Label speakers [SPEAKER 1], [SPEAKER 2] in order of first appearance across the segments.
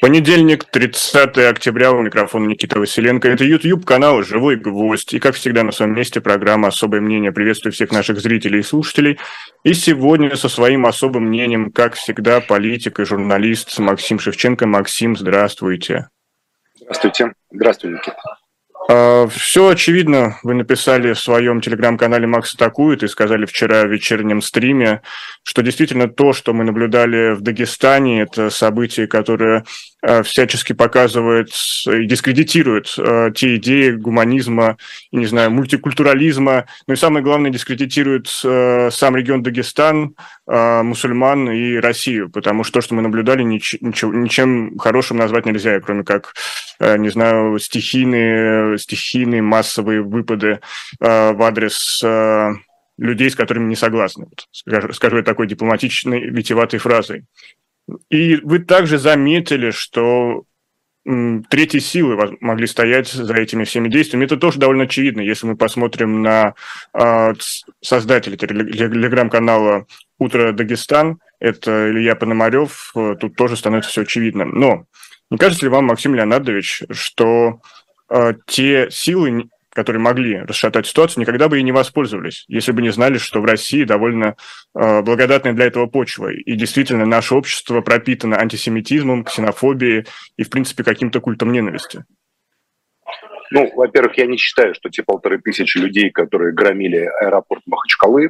[SPEAKER 1] Понедельник, 30 октября, у микрофона Никита Василенко. Это YouTube-канал «Живой гвоздь». И, как всегда, на своем месте программа «Особое мнение». Приветствую всех наших зрителей и слушателей. И сегодня со своим особым мнением, как всегда, политик и журналист Максим Шевченко. Максим, здравствуйте.
[SPEAKER 2] Здравствуйте. Здравствуй, Никита.
[SPEAKER 1] Все очевидно, вы написали в своем телеграм-канале «Макс атакует» и сказали вчера в вечернем стриме, что действительно то, что мы наблюдали в Дагестане, это событие, которое всячески показывает и дискредитирует те идеи гуманизма, и, не знаю, мультикультурализма, но и самое главное, дискредитирует сам регион Дагестан, мусульман и Россию, потому что то, что мы наблюдали, ничем хорошим назвать нельзя, кроме как, не знаю, стихийные массовые выпады в адрес людей, с которыми не согласны. Скажу я такой дипломатичной, витиеватой фразой. И вы также заметили, что третьи силы могли стоять за этими всеми действиями. Это тоже довольно очевидно, если мы посмотрим на создателя телеграм-канала «Утро Дагестан», это Илья Пономарев, тут тоже становится все очевидно. Но не кажется ли вам, Максим Леонардович, что те силы, которые могли расшатать ситуацию, никогда бы и не воспользовались, если бы не знали, что в России довольно благодатная для этого почва. И действительно, наше общество пропитано антисемитизмом, ксенофобией и, в принципе, каким-то культом ненависти?
[SPEAKER 2] Ну, во-первых, я не считаю, что те 1500 людей, которые громили аэропорт Махачкалы,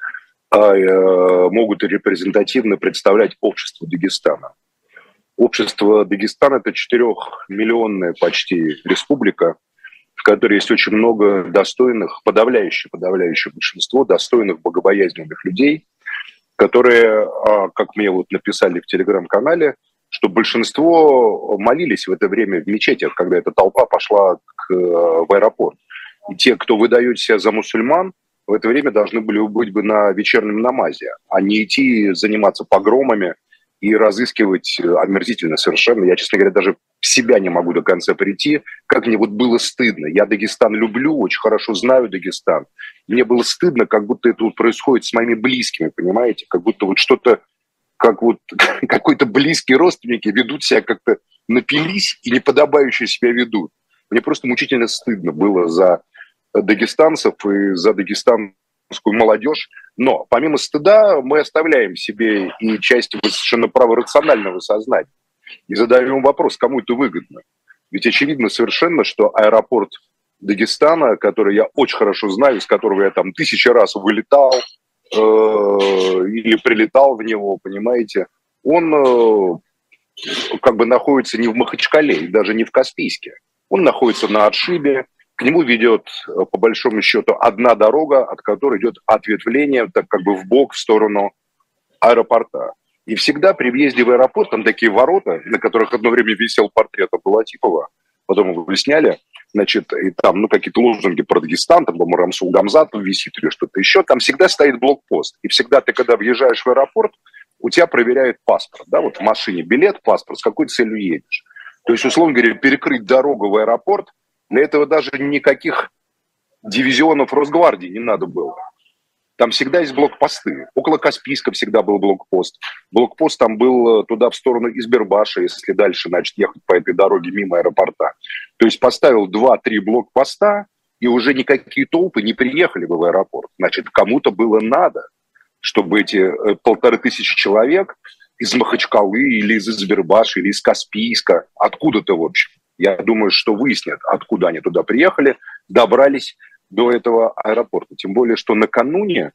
[SPEAKER 2] могут репрезентативно представлять общество Дагестана. Общество Дагестана – это 4-миллионная почти республика, в которой есть очень много достойных, подавляющее большинство достойных, богобоязненных людей, которые, как мне вот написали в телеграм-канале, что большинство молились в это время в мечетях, когда эта толпа пошла в аэропорт. И те, кто выдает себя за мусульман, в это время должны были быть бы на вечернем намазе, а не идти заниматься погромами и разыскивать омерзительно совершенно. Я, честно говоря, даже в себя не могу до конца прийти, как мне вот было стыдно. Я Дагестан люблю, очень хорошо знаю Дагестан. Мне было стыдно, как будто это вот происходит с моими близкими, понимаете? Как будто вот что-то, как вот какой-то близкие родственники ведут себя как-то напились и неподобающе себя ведут. Мне просто мучительно стыдно было за дагестанцев и за дагестанскую молодежь. Но помимо стыда мы оставляем себе и часть совершенно праворационального сознания и задаем вопрос, кому это выгодно. Ведь очевидно совершенно, что аэропорт Дагестана, который я очень хорошо знаю, из которого я там 1000 раз вылетал или прилетал в него, понимаете, он как бы находится не в Махачкале и даже не в Каспийске. Он находится на отшибе. К нему ведет, по большому счету, одна дорога, от которой идет ответвление, так как бы вбок в сторону аэропорта. И всегда при въезде в аэропорт, там такие ворота, на которых одно время висел портрет Абдулатипова, потом его сняли, значит, и там, ну, какие-то лозунги про Дагестан, там, по-моему, Рамсул Гамзатов висит или что-то еще, там всегда стоит блокпост. И всегда ты, когда въезжаешь в аэропорт, у тебя проверяют паспорт, да, вот в машине билет, паспорт, с какой целью едешь. То есть, условно говоря, перекрыть дорогу в аэропорт, для этого даже никаких дивизионов Росгвардии не надо было. Там всегда есть блокпосты. Около Каспийска всегда был блокпост. Блокпост там был туда в сторону Избербаша, если дальше, значит, ехать по этой дороге мимо аэропорта. То есть поставил 2-3 блокпоста, и уже никакие толпы не приехали бы в аэропорт. Значит, кому-то было надо, чтобы эти 1500 человек из Махачкалы или из Избербаша или из Каспийска, откуда-то, в общем, я думаю, что выяснят, откуда они туда приехали, добрались до этого аэропорта. Тем более, что накануне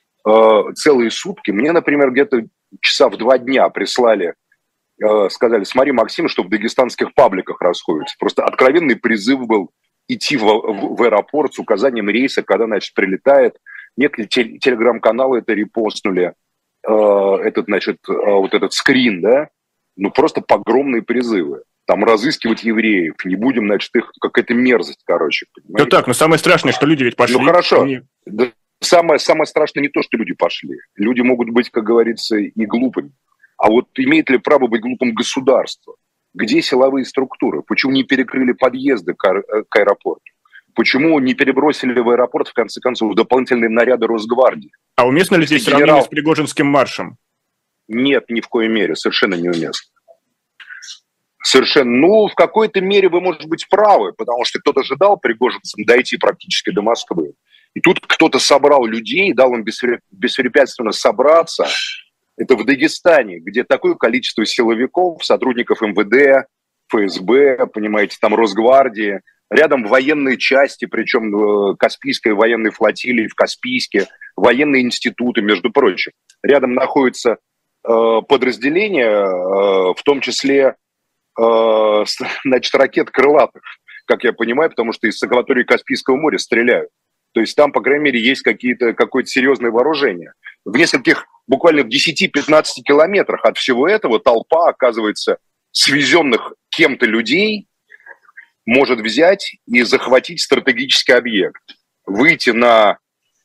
[SPEAKER 2] целые сутки, мне, например, где-то часа в 2 дня прислали, сказали, смотри, Максим, что в дагестанских пабликах расходится. Просто откровенный призыв был идти в аэропорт с указанием рейса, когда, значит, прилетает. Некоторые телеграм-каналы это репостнули, этот, значит, вот этот скрин, да, ну просто погромные призывы. Там разыскивать евреев, не будем, значит, их какая-то мерзость, короче. Понимаете?
[SPEAKER 1] Ну так, но самое страшное, что люди ведь пошли.
[SPEAKER 2] Ну хорошо, да, самое страшное не то, что люди пошли. Люди могут быть, как говорится, и глупыми. А вот имеет ли право быть глупым государство? Где силовые структуры? Почему не перекрыли подъезды к аэропорту? Почему не перебросили в аэропорт, в конце концов, дополнительные наряды Росгвардии?
[SPEAKER 1] А уместно ли здесь сравнение с Пригожинским маршем?
[SPEAKER 2] Нет, ни в коей мере, совершенно неуместно. Совершенно. Ну, в какой-то мере вы, может быть, правы, потому что кто-то ожидал пригожинцам дойти практически до Москвы. И тут кто-то собрал людей, дал им беспрепятственно собраться. Это в Дагестане, где такое количество силовиков, сотрудников МВД, ФСБ, понимаете, там Росгвардии, рядом военные части, причем Каспийской военной флотилии в Каспийске, военные институты, между прочим. Рядом находятся подразделения, в том числе, значит, ракет крылатых, как я понимаю, потому что из акватории Каспийского моря стреляют. То есть там, по крайней мере, есть какое-то серьезное вооружение. В нескольких, буквально в 10-15 километрах от всего этого толпа, оказывается, свезенных кем-то людей может взять и захватить стратегический объект. Выйти на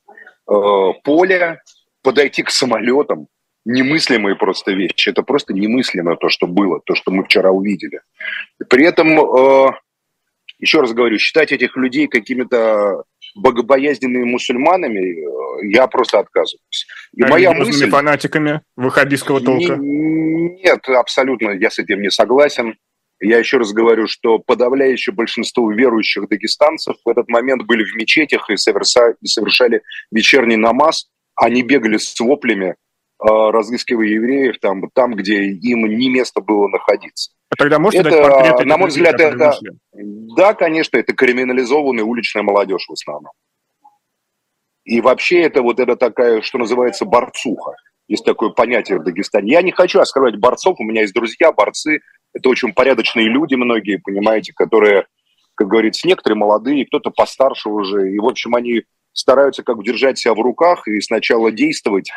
[SPEAKER 2] поле, подойти к самолетам. Немыслимые просто вещи. Это просто немыслимо то, что было, то, что мы вчера увидели. При этом, еще раз говорю, считать этих людей какими-то богобоязненными мусульманами я просто отказываюсь. И моя мысль...
[SPEAKER 1] фанатиками ваххабистского толка?
[SPEAKER 2] Нет, абсолютно я с этим не согласен. Я еще раз говорю, что подавляющее большинство верующих дагестанцев в этот момент были в мечетях и совершали вечерний намаз. Они бегали с воплями, разыскивая евреев там, где им не место было находиться.
[SPEAKER 1] А тогда можете дать портрет?
[SPEAKER 2] На мой взгляд, это... Да, конечно, это криминализованная уличная молодежь в основном. И вообще это такая, что называется, борцуха. Есть такое понятие в Дагестане. Я не хочу оскорблять борцов, у меня есть друзья, борцы. Это очень порядочные люди многие, понимаете, которые, как говорится, некоторые молодые, кто-то постарше уже. И, в общем, они стараются как бы держать себя в руках и сначала действовать,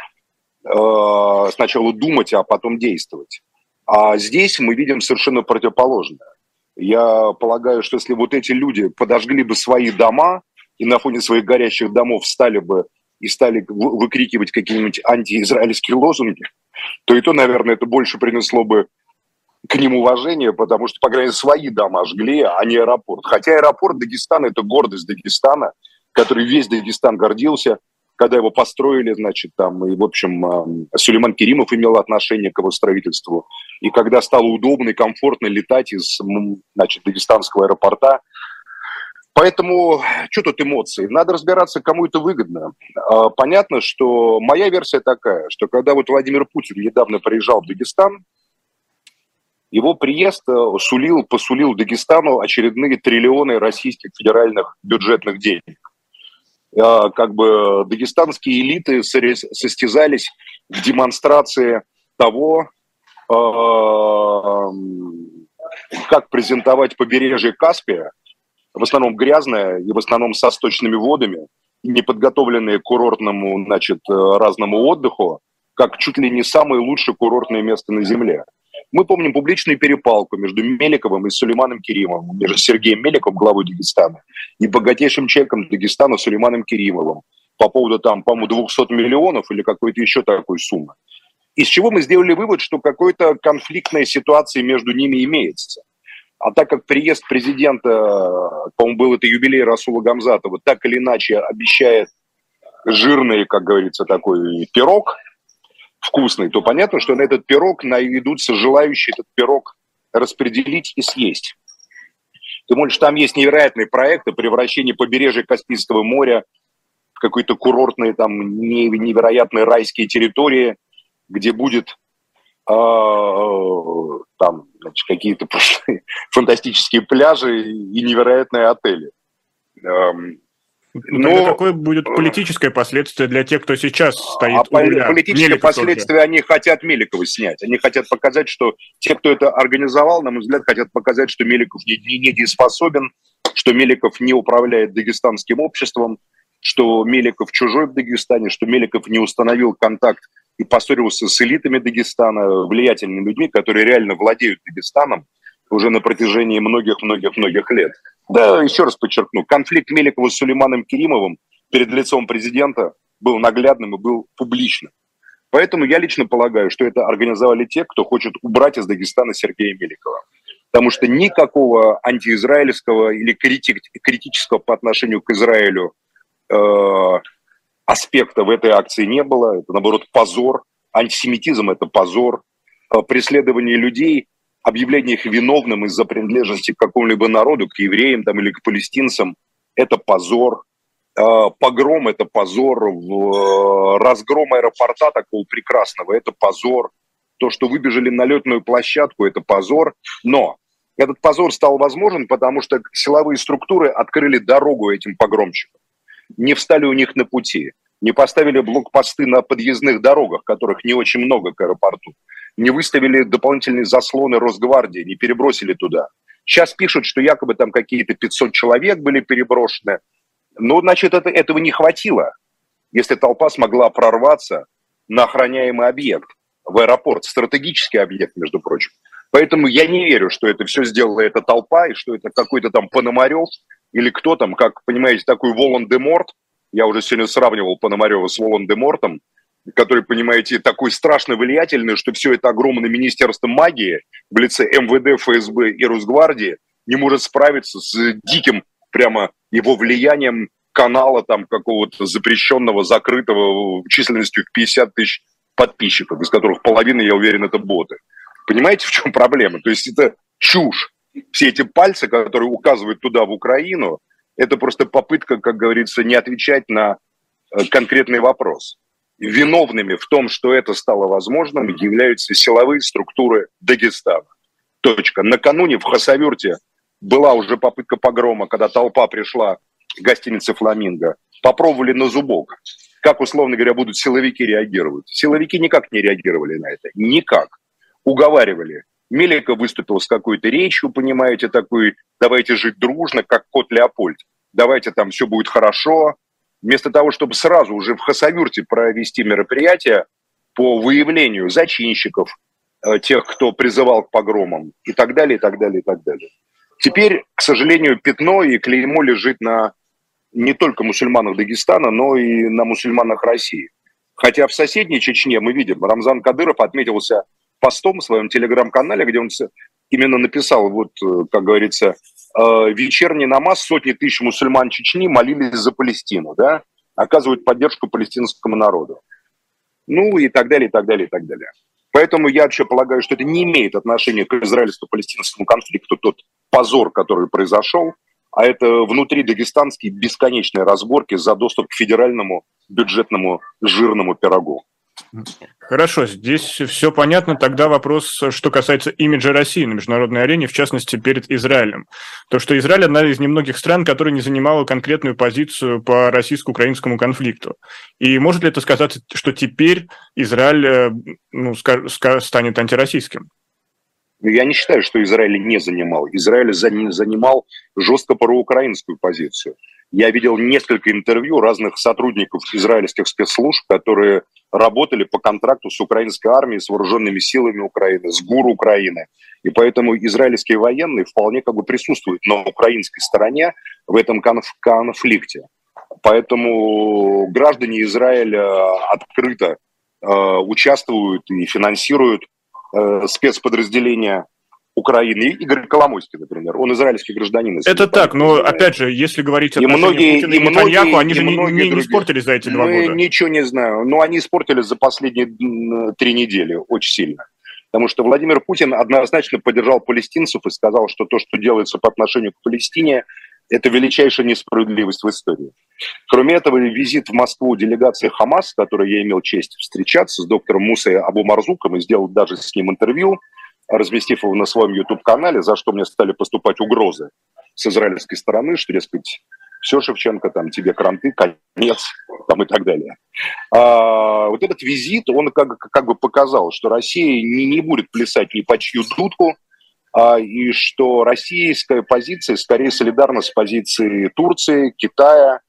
[SPEAKER 2] сначала думать, а потом действовать. А здесь мы видим совершенно противоположное. Я полагаю, что если вот эти люди подожгли бы свои дома и на фоне своих горящих домов стали выкрикивать какие-нибудь антиизраильские лозунги, то и то, наверное, это больше принесло бы к ним уважение, потому что, по крайней мере, свои дома жгли, а не аэропорт. Хотя аэропорт Дагестана – это гордость Дагестана, который весь Дагестан гордился, когда его построили, значит, там, и, в общем, Сулейман Керимов имел отношение к его строительству. И когда стало удобно и комфортно летать из, значит, дагестанского аэропорта. Поэтому, что тут эмоции? Надо разбираться, кому это выгодно. Понятно, что моя версия такая, что когда вот Владимир Путин недавно приезжал в Дагестан, его приезд посулил Дагестану очередные триллионы российских федеральных бюджетных денег. Как бы дагестанские элиты состязались в демонстрации того, как презентовать побережье Каспия, в основном грязное и в основном со сточными водами, неподготовленные к курортному, значит, разному отдыху, как чуть ли не самое лучшее курортное место на Земле. Мы помним публичную перепалку между Меликовым и Сулейманом Керимовым, между Сергеем Меликовым, главой Дагестана, и богатейшим человеком Дагестана Сулейманом Керимовым по поводу, там, по-моему, 200 миллионов или какой-то еще такой суммы. Из чего мы сделали вывод, что какая-то конфликтная ситуация между ними имеется. А так как приезд президента, по-моему, был это юбилей Расула Гамзатова, так или иначе обещает жирный, как говорится, такой пирог, вкусный, то понятно, что на этот пирог найдутся желающие этот пирог распределить и съесть. Тем более, что там есть невероятные проекты превращения побережья Каспийского моря в какие-то курортные, там, невероятные райские территории, где будет там, значит, какие-то фантастические пляжи и невероятные отели.
[SPEAKER 1] Но какое будет политическое последствие для тех, кто сейчас стоит у руля?
[SPEAKER 2] Политическое последствие они хотят Меликова снять. Они хотят показать, что те, кто это организовал, на мой взгляд, хотят показать, что Меликов недееспособен, что Меликов не управляет дагестанским обществом, что Меликов чужой в Дагестане, что Меликов не установил контакт и поссорился с элитами Дагестана, влиятельными людьми, которые реально владеют Дагестаном уже на протяжении многих-многих-многих лет. Да, еще раз подчеркну, конфликт Меликова с Сулейманом Керимовым перед лицом президента был наглядным и был публичным. Поэтому я лично полагаю, что это организовали те, кто хочет убрать из Дагестана Сергея Меликова. Потому что никакого антиизраильского или критического по отношению к Израилю аспекта в этой акции не было. Это, наоборот, позор. Антисемитизм – это позор. Преследование людей объявление их виновным из-за принадлежности к какому-либо народу, к евреям там, или к палестинцам, это позор. Погром – это позор. Разгром аэропорта такого прекрасного – это позор. То, что выбежали на летную площадку – это позор. Но этот позор стал возможен, потому что силовые структуры открыли дорогу этим погромщикам. Не встали у них на пути, не поставили блокпосты на подъездных дорогах, которых не очень много к аэропорту, не выставили дополнительные заслоны Росгвардии, не перебросили туда. Сейчас пишут, что якобы там какие-то 500 человек были переброшены. Ну, значит, этого не хватило, если толпа смогла прорваться на охраняемый объект, в аэропорт, стратегический объект, между прочим. Поэтому я не верю, что это все сделала эта толпа, и что это какой-то там Пономарев, или кто там, как, понимаете, такой Волан-де-Морт. Я уже сегодня сравнивал Пономарева с Волан-де-Мортом, который, понимаете, такой страшно влиятельный, что все это огромное министерство магии в лице МВД, ФСБ и Росгвардии не может справиться с диким прямо его влиянием канала там какого-то запрещенного, закрытого численностью в 50 тысяч подписчиков, из которых половина, я уверен, это боты. Понимаете, в чем проблема? То есть это чушь. Все эти пальцы, которые указывают туда, в Украину, это просто попытка, как говорится, не отвечать на конкретный вопрос. Виновными в том, что это стало возможным, являются силовые структуры Дагестана. Точка. Накануне в Хасавюрте была уже попытка погрома, когда толпа пришла к гостинице «Фламинго». Попробовали на зубок. Как, условно говоря, будут силовики реагировать? Силовики никак не реагировали на это. Никак. Уговаривали. Меликов выступил с какой-то речью, понимаете, такой: давайте жить дружно, как кот Леопольд. Давайте там все будет хорошо. Вместо того, чтобы сразу уже в Хасавюрте провести мероприятие по выявлению зачинщиков, тех, кто призывал к погромам, и так далее, и так далее, и так далее. Теперь, к сожалению, пятно и клеймо лежит на не только мусульманах Дагестана, но и на мусульманах России. Хотя в соседней Чечне мы видим, Рамзан Кадыров отметился постом в своем телеграм-канале, где он именно написал, вот, как говорится, вечерний намаз, сотни тысяч мусульман Чечни молились за Палестину, да, оказывают поддержку палестинскому народу. Ну и так далее, и так далее, и так далее. Поэтому я вообще полагаю, что это не имеет отношения к израильско-палестинскому конфликту, тот позор, который произошел, а это внутри дагестанские бесконечные разборки за доступ к федеральному бюджетному жирному пирогу.
[SPEAKER 1] Хорошо, здесь все понятно. Тогда вопрос, что касается имиджа России на международной арене, в частности, перед Израилем. То, что Израиль – одна из немногих стран, которая не занимала конкретную позицию по российско-украинскому конфликту. И может ли это сказаться, что теперь Израиль станет антироссийским?
[SPEAKER 2] Я не считаю, что Израиль не занимал. Израиль занимал жестко проукраинскую позицию. Я видел несколько интервью разных сотрудников израильских спецслужб, которые работали по контракту с украинской армией, с вооруженными силами Украины, с ГУР Украины. И поэтому израильские военные вполне как бы присутствуют на украинской стороне в этом конфликте. Поэтому граждане Израиля открыто участвуют и финансируют спецподразделения Украины. Игорь Коломойский, например, он израильский гражданин.
[SPEAKER 1] Это так, но опять же, если говорить о Путина и Нетаньяху, они же не испортились за эти 2 года.
[SPEAKER 2] Ничего не знаю, но они испортились за последние 3 недели очень сильно. Потому что Владимир Путин однозначно поддержал палестинцев и сказал, что то, что делается по отношению к Палестине, это величайшая несправедливость в истории. Кроме этого, визит в Москву делегации ХАМАС, с которой я имел честь встречаться, с доктором Мусой Абу-Марзуком, и сделал даже с ним интервью, разместив его на своем YouTube-канале, за что мне стали поступать угрозы с израильской стороны, что, дескать, все, Шевченко, там, тебе кранты, конец, там, и так далее. Вот этот визит, он как бы показал, что Россия не будет плясать ни по чью дудку, и что российская позиция скорее солидарна с позицией Турции, Китая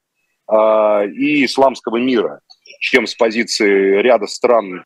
[SPEAKER 2] и исламского мира, чем с позиции ряда стран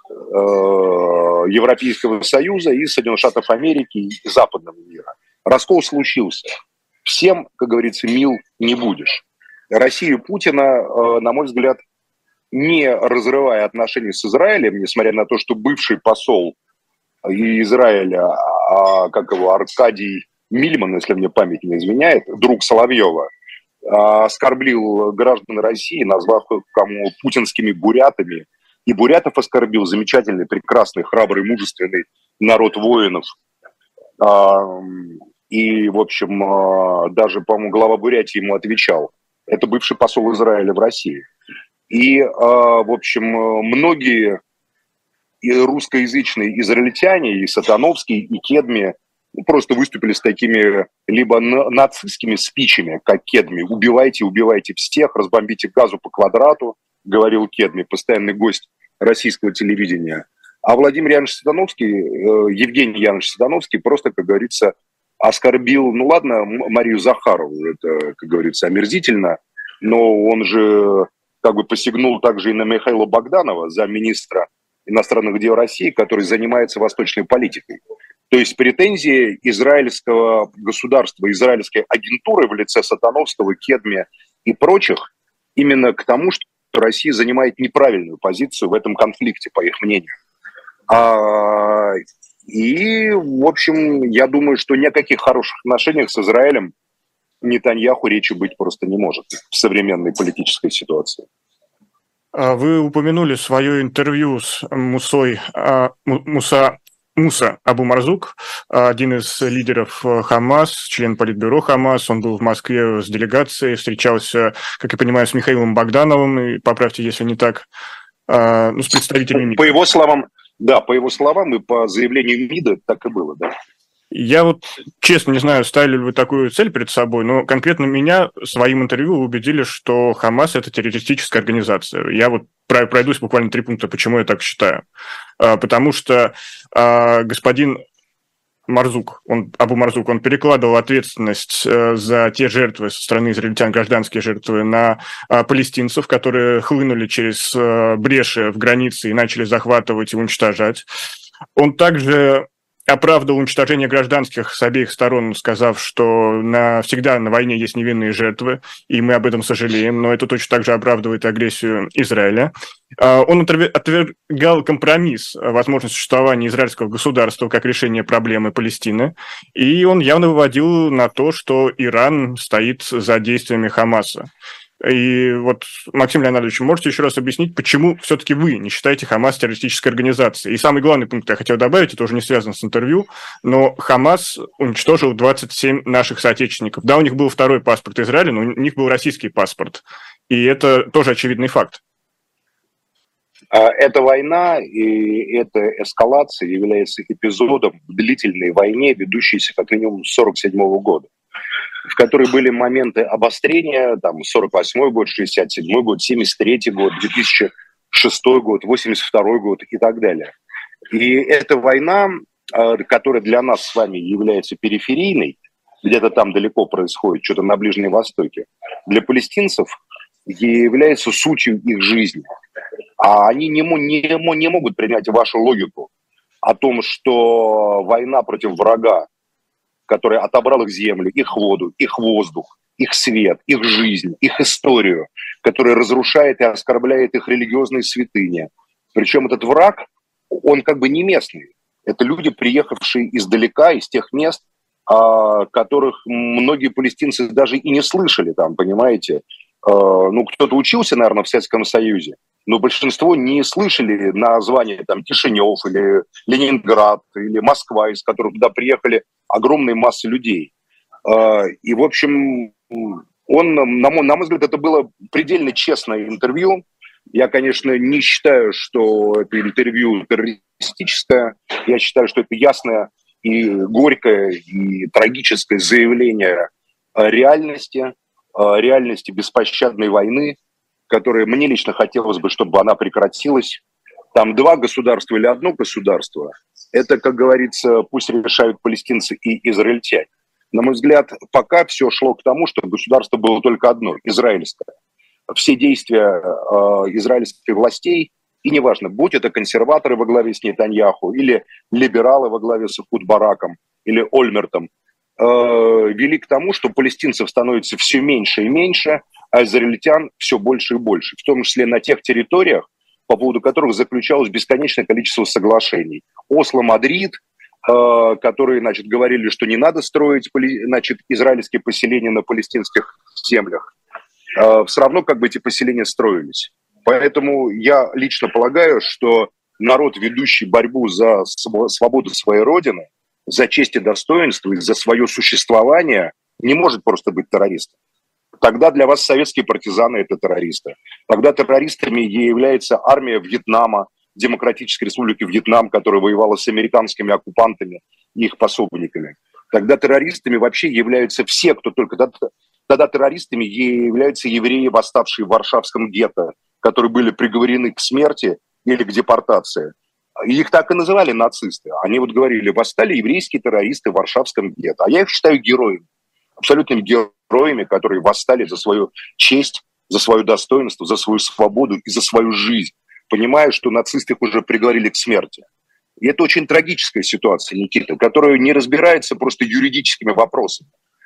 [SPEAKER 2] Европейского Союза и Соединенных Штатов Америки и западного мира. Раскол случился. Всем, как говорится, мил не будешь. Россия Путина, на мой взгляд, не разрывая отношения с Израилем, несмотря на то, что бывший посол Израиля, как его, Аркадий Мильман, если мне память не изменяет, друг Соловьева, оскорбил граждан России, назвав кому путинскими бурятами. И бурятов оскорбил, замечательный, прекрасный, храбрый, мужественный народ воинов, И, в общем, даже, по-моему, глава Бурятии ему отвечал. Это бывший посол Израиля в России. И, в общем, многие и русскоязычные израильтяне, и Сатановский, и Кедми просто выступили с такими либо нацистскими спичами, как Кедми: «Убивайте, убивайте всех, разбомбите Газу по квадрату», говорил Кедми, постоянный гость российского телевидения. А Владимир Янович Сатановский, Евгений Янович Сатановский просто, как говорится, оскорбил, ну ладно, Марию Захарову, это, как говорится, омерзительно, но он же как бы посягнул также и на Михаила Богданова, замминистра иностранных дел России, который занимается восточной политикой. То есть претензии израильского государства, израильской агентуры в лице Сатановского, Кедми и прочих именно к тому, что Россия занимает неправильную позицию в этом конфликте, по их мнению. И, в общем, я думаю, что ни о каких хороших отношениях с Израилем Нетаньяху речи быть просто не может в современной политической ситуации.
[SPEAKER 1] Вы упомянули свое интервью с Муса Абу Марзук, один из лидеров Хамас, член политбюро Хамас. Он был в Москве с делегацией, встречался, как я понимаю, с Михаилом Богдановым, и поправьте, если не так, с представителями МИДа.
[SPEAKER 2] По его словам, да, по его словам и по заявлению МИДа так и было, да.
[SPEAKER 1] Я вот, честно, не знаю, ставили ли вы такую цель перед собой, но конкретно меня своим интервью убедили, что Хамас – это террористическая организация. Я вот пройдусь буквально 3 пункта, почему я так считаю. Потому что господин Абу Марзук, он перекладывал ответственность за те жертвы со стороны израильтян, гражданские жертвы, на палестинцев, которые хлынули через бреши в границе и начали захватывать и уничтожать. Он также оправдывал уничтожение гражданских с обеих сторон, сказав, что всегда на войне есть невинные жертвы, и мы об этом сожалеем, но это точно так же оправдывает агрессию Израиля. Он отвергал компромисс, возможность существования израильского государства как решение проблемы Палестины, и он явно выводил на то, что Иран стоит за действиями Хамаса. И вот, Максим Леонардович, можете еще раз объяснить, почему все-таки вы не считаете Хамас террористической организацией? И самый главный пункт я хотел добавить, это уже не связано с интервью, но Хамас уничтожил 27 наших соотечественников. Да, у них был второй паспорт Израиля, но у них был российский паспорт. И это тоже очевидный факт.
[SPEAKER 2] Эта война и эта эскалация является эпизодом в длительной войне, ведущейся как минимум с 1947 года, в которой были моменты обострения, там, 48-й год, 67-й год, 73-й год, 2006 год, 82-й год и так далее. И эта война, которая для нас с вами является периферийной, где-то там далеко происходит, что-то на Ближнем Востоке, для палестинцев является сутью их жизни. А они не могут принять вашу логику о том, что война против врага, который отобрал их землю, их воду, их воздух, их свет, их жизнь, их историю, который разрушает и оскорбляет их религиозные святыни. Причем этот враг, он как бы не местный. Это люди, приехавшие издалека, из тех мест, которых многие палестинцы даже и не слышали, там, понимаете. Ну, кто-то учился, наверное, в Советском Союзе, но большинство не слышали названия там Кишинев или Ленинград или Москва, из которых туда приехали огромные массы людей. И, в общем, на мой взгляд, это было предельно честное интервью. Я, конечно, не считаю, что это интервью террористическое. Я считаю, что это ясное и горькое, и трагическое заявление реальности беспощадной войны, которая мне лично хотелось бы, чтобы она прекратилась. Там 2 государства или 1 государство, это, как говорится, пусть решают палестинцы и израильтяне. На мой взгляд, пока все шло к тому, что государство было только одно – израильское. Все действия израильских властей, и неважно, будь это консерваторы во главе с Нетаньяху, или либералы во главе с Эхуд Бараком, или Ольмертом, вели к тому, что палестинцев становится все меньше и меньше, а израильтян все больше и больше, в том числе на тех территориях, по поводу которых заключалось бесконечное количество соглашений. Осло-Мадрид, которые, значит, говорили, что не надо строить, значит, израильские поселения на палестинских землях. Все равно как бы эти поселения строились. Поэтому я лично полагаю, что народ, ведущий борьбу за свободу своей родины, за честь и достоинство и за свое существование не может просто быть террористом. Тогда для вас советские партизаны – это террористы. Тогда террористами является армия Вьетнама, Демократической Республики Вьетнам, которая воевала с американскими оккупантами и их пособниками. Тогда террористами вообще являются все, кто только... Тогда террористами являются евреи, восставшие в Варшавском гетто, которые были приговорены к смерти или к депортации. И их так и называли нацисты. Они вот говорили, восстали еврейские террористы в Варшавском гетто. А я их считаю героями, абсолютными героями, которые восстали за свою честь, за свое достоинство, за свою свободу и за свою жизнь, понимая, что нацисты их уже приговорили к смерти. И это очень трагическая ситуация, Никита, которая не разбирается просто юридическими вопросами.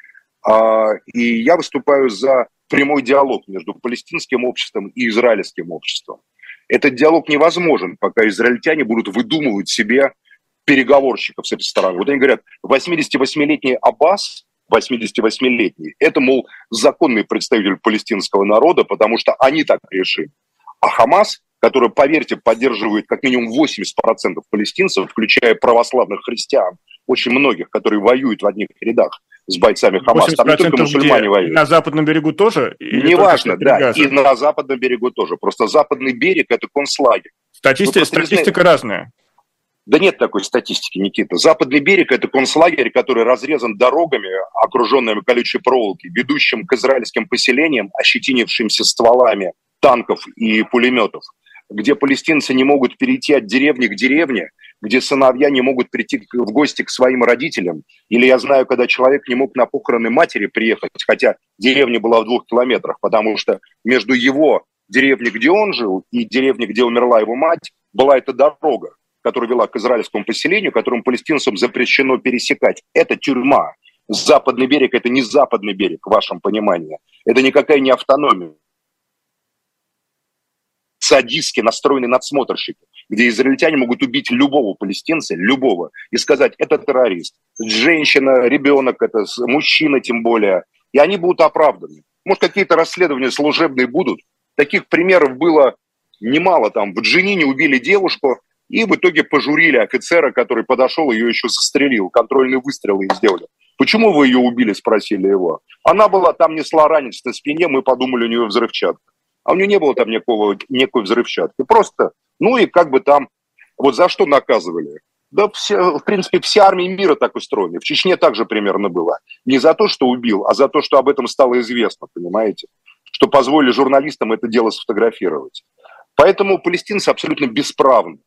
[SPEAKER 2] И я выступаю за прямой диалог между палестинским обществом и израильским обществом. Этот диалог невозможен, пока израильтяне будут выдумывать себе переговорщиков с этой стороны. Вот они говорят, 88-летний Аббас, 88-летний, это, мол, законный представитель палестинского народа, потому что они так решили. А Хамас, который, поверьте, поддерживает как минимум 80% палестинцев, включая православных христиан, очень многих, которые воюют в одних рядах с бойцами Хамаса. Там не только мусульмане воюют.
[SPEAKER 1] На западном берегу тоже?
[SPEAKER 2] Неважно, да, и на западном берегу тоже. Просто западный берег – это концлагерь.
[SPEAKER 1] Статистика разная.
[SPEAKER 2] Да нет такой статистики, Никита. Западный берег – это концлагерь, который разрезан дорогами, окруженными колючей проволокой, ведущим к израильским поселениям, ощетинившимся стволами танков и пулеметов, где палестинцы не могут перейти от деревни к деревне, где сыновья не могут прийти в гости к своим родителям. Или я знаю, когда человек не мог на похороны матери приехать, хотя деревня была в 2 километрах, потому что между его деревней, где он жил, и деревней, где умерла его мать, была эта дорога, которая вела к израильскому поселению, которым палестинцам запрещено пересекать. Это тюрьма. Западный берег – это не западный берег, в вашем понимании. Это никакая не автономия. Садистски настроенные надсмотрщики, где израильтяне могут убить любого палестинца, любого, и сказать, это террорист. Женщина, ребенок, это мужчина тем более. И они будут оправданы. Может, какие-то расследования служебные будут. Таких примеров было немало. Там в Дженине убили девушку, и в итоге пожурили офицера, который подошел, ее еще застрелил. Контрольные выстрелы сделали. Почему вы ее убили, спросили его. Она была там, несла ранец на спине, мы подумали, у нее взрывчатка. А у нее не было там никакой взрывчатки. Просто, ну и как бы там, вот за что наказывали? Да, в принципе, все армии мира так устроены. В Чечне также примерно было. Не за то, что убил, а за то, что об этом стало известно, понимаете? Что позволили журналистам это дело сфотографировать. Поэтому палестинцы абсолютно бесправны.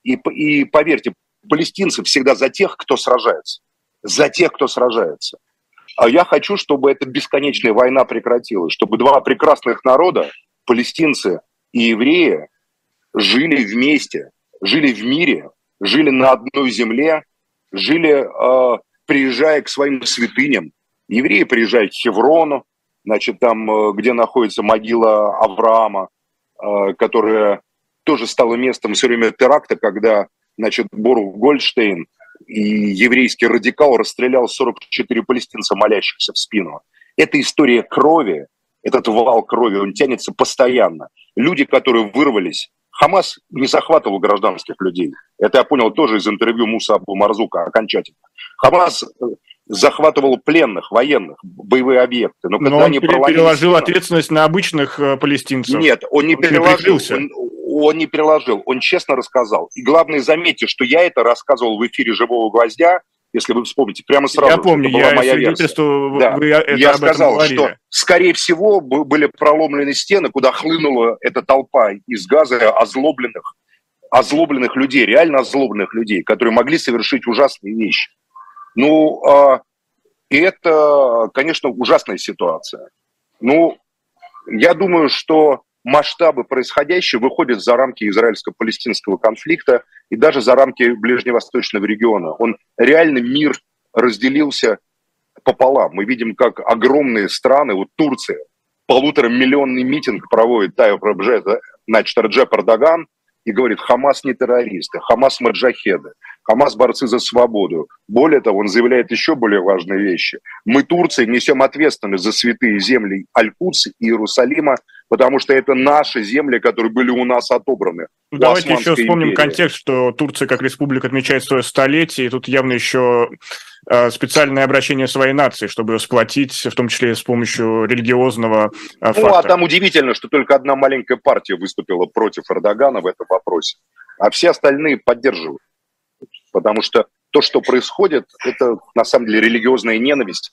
[SPEAKER 2] И поверьте, палестинцы всегда за тех, кто сражается. За тех, кто сражается. А я хочу, чтобы эта бесконечная война прекратилась. Чтобы 2 прекрасных народа, палестинцы и евреи, жили вместе, жили в мире, жили на одной земле, жили, приезжая к своим святыням. Евреи приезжают к Хеврону, значит, там, где находится могила Авраама, которая тоже стала местом все время теракта, когда, значит, Борух Гольдштейн и еврейский радикал расстрелял 44 палестинца, молящихся в спину. Это история крови. Этот вал крови, он тянется постоянно. Люди, которые вырвались, Хамас не захватывал гражданских людей. Это я понял тоже из интервью Муса Абу Марзука окончательно. Хамас захватывал пленных, военных, боевые объекты.
[SPEAKER 1] Но он переложил ответственность на обычных палестинцев.
[SPEAKER 2] Нет, он не переложил. Он не переложил, он честно рассказал. И главное, заметьте, что я это рассказывал в эфире «Живого гвоздя», если вы вспомните, прямо сразу.
[SPEAKER 1] Я помню,
[SPEAKER 2] была моя версия.
[SPEAKER 1] Да.
[SPEAKER 2] Я сказал, что, скорее всего, были проломлены стены, куда хлынула эта толпа из Газа озлобленных людей, реально озлобленных людей, которые могли совершить ужасные вещи. Ну, и это, конечно, ужасная ситуация. Ну, я думаю, что масштабы происходящего выходят за рамки израильско-палестинского конфликта и даже за рамки ближневосточного региона. Мир разделился пополам. Мы видим, как огромные страны, вот Турция, 1,5-миллионный митинг проводит Реджеп Эрдоган и говорит, Хамас не террористы, Хамас маджахеды. Хамас – борцы за свободу. Более того, он заявляет еще более важные вещи. Мы, Турция, несем ответственность за святые земли Аль-Кудс и Иерусалима, потому что это наши земли, которые были у нас отобраны.
[SPEAKER 1] Давайте еще вспомним контекст, что Турция как республика отмечает свое столетие, и тут явно еще специальное обращение своей нации, чтобы ее сплотить, в том числе с помощью религиозного фактора.
[SPEAKER 2] Ну, а там удивительно, что только одна маленькая партия выступила против Эрдогана в этом вопросе, а все остальные поддерживают. Потому что то, что происходит, это на самом деле религиозная ненависть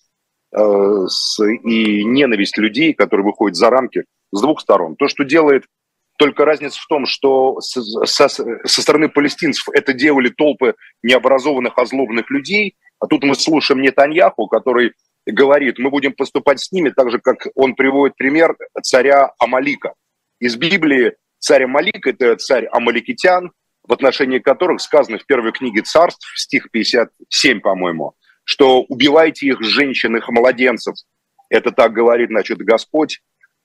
[SPEAKER 2] и ненависть людей, которые выходят за рамки с двух сторон. То, что делает, только разница в том, что со стороны палестинцев это делали толпы необразованных, озлобленных людей, а тут мы слушаем Нетаньяху, который говорит, мы будем поступать с ними так же, как он приводит пример царя Амалика. Из Библии царь Амалик – это царь амаликитян, в отношении которых сказано в первой книге Царств, стих 57, по-моему, что убивайте их женщин, их младенцев. Это так говорит, значит, Господь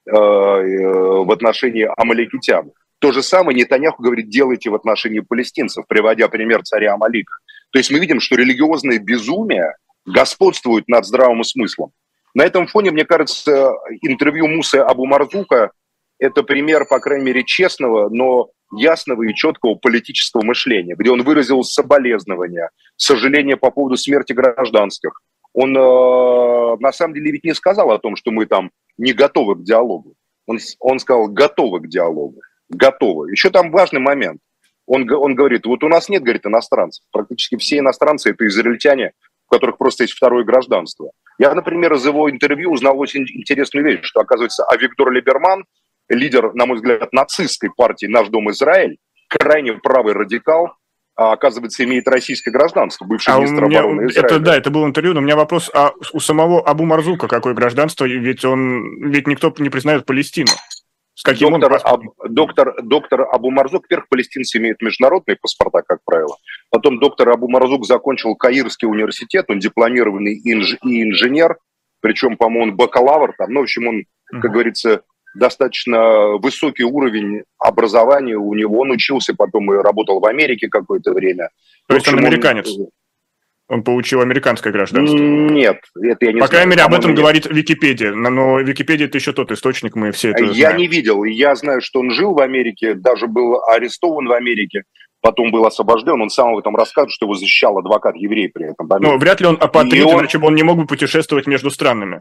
[SPEAKER 2] в отношении амаликитян. То же самое Нетаньяху говорит, делайте в отношении палестинцев, приводя пример царя Амалика. То есть мы видим, что религиозное безумие господствует над здравым смыслом. На этом фоне, мне кажется, интервью Мусы Абу Марзука – это пример, по крайней мере, честного, но ясного и четкого политического мышления, где он выразил соболезнования, сожаление по поводу смерти гражданских. Он на самом деле ведь не сказал о том, что мы там не готовы к диалогу. Он сказал, готовы к диалогу. Готовы. Еще там важный момент. Он говорит, вот у нас нет, говорит, иностранцев. Практически все иностранцы – это израильтяне, у которых просто есть второе гражданство. Я, например, из его интервью узнал очень интересную вещь, что, оказывается, Авигдор Либерман, лидер, на мой взгляд, нацистской партии «Наш дом Израиль», крайне правый радикал, оказывается, имеет российское гражданство, бывший министр обороны Израиля.
[SPEAKER 1] Это был интервью, но у меня вопрос, а у самого Абу Марзука какое гражданство? Ведь никто не признает Палестину. С каким
[SPEAKER 2] доктор Абу Марзук, во-первых, палестинцы имеют международные паспорта, как правило. Потом доктор Абу Марзук закончил Каирский университет, он дипломированный инженер, причем, по-моему, он бакалавр там. Ну, в общем, он, как говорится, достаточно высокий уровень образования у него. Он учился, потом и работал в Америке какое-то время.
[SPEAKER 1] То есть он американец? Он получил американское гражданство?
[SPEAKER 2] Нет, это я не знаю.
[SPEAKER 1] По крайней мере, об этом говорит Википедия. Но Википедия – это еще тот источник, мы все это знаем.
[SPEAKER 2] Я не видел. Я знаю, что он жил в Америке, даже был арестован в Америке, потом был освобожден. Он сам об этом рассказывает, что его защищал адвокат-еврей при этом.
[SPEAKER 1] Но вряд ли он апатрид, иначе бы он не мог бы путешествовать между странами.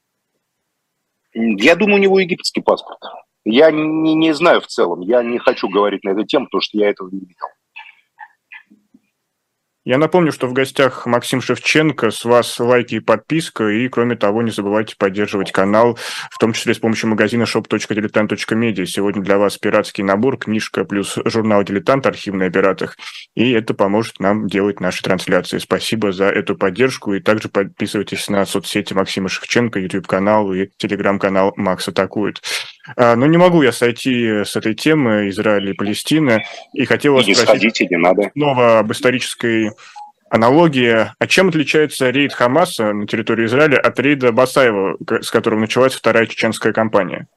[SPEAKER 2] Я думаю, у него египетский паспорт. Я не знаю в целом. Я не хочу говорить на эту тему, потому что я этого не видел.
[SPEAKER 1] Я напомню, что в гостях Максим Шевченко. С вас лайки и подписка. И, кроме того, не забывайте поддерживать канал, в том числе с помощью магазина shop.diletant.media. Сегодня для вас пиратский набор, книжка плюс журнал «Дилетант», архивный о пиратах. И это поможет нам делать наши трансляции. Спасибо за эту поддержку. И также подписывайтесь на соцсети Максима Шевченко, YouTube-канал и телеграм-канал «Макс атакует». Но не могу я сойти с этой темы Израиля и Палестины. И хотел вас спросить снова об исторической аналогии. А чем отличается рейд Хамаса на территории Израиля от рейда Басаева, с которого началась вторая чеченская кампания?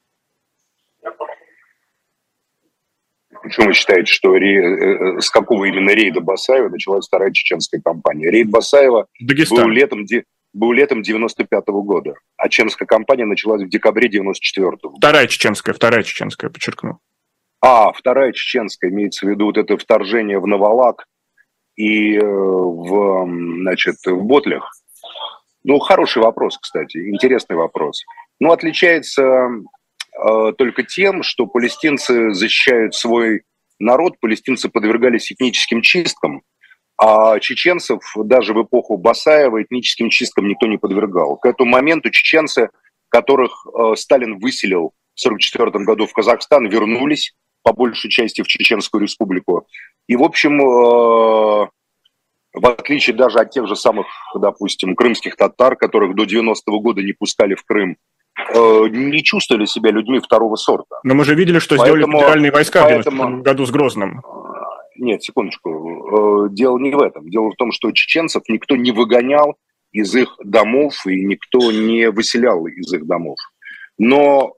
[SPEAKER 2] Почему вы считаете, что с какого именно рейда Басаева началась вторая чеченская кампания? Рейд Басаева был летом 95-го года, а чеченская кампания началась в декабре 94-го.
[SPEAKER 1] Вторая чеченская, подчеркну.
[SPEAKER 2] Вторая чеченская, имеется в виду вот это вторжение в Навалак и в Ботлях. Ну, хороший вопрос, кстати, интересный вопрос. Ну, отличается только тем, что палестинцы защищают свой народ, палестинцы подвергались этническим чисткам, а чеченцев даже в эпоху Басаева этническим чисткам никто не подвергал. К этому моменту чеченцы, которых Сталин выселил в 1944 году в Казахстан, вернулись по большей части в Чеченскую республику. И, в общем, в отличие даже от тех же самых, допустим, крымских татар, которых до 90-го года не пускали в Крым, не чувствовали себя людьми второго сорта.
[SPEAKER 1] Но мы же видели, что сделали федеральные войска в 90-м году с Грозным.
[SPEAKER 2] Нет, секундочку. Дело не в этом. Дело в том, что чеченцев никто не выгонял из их домов и никто не выселял из их домов. Но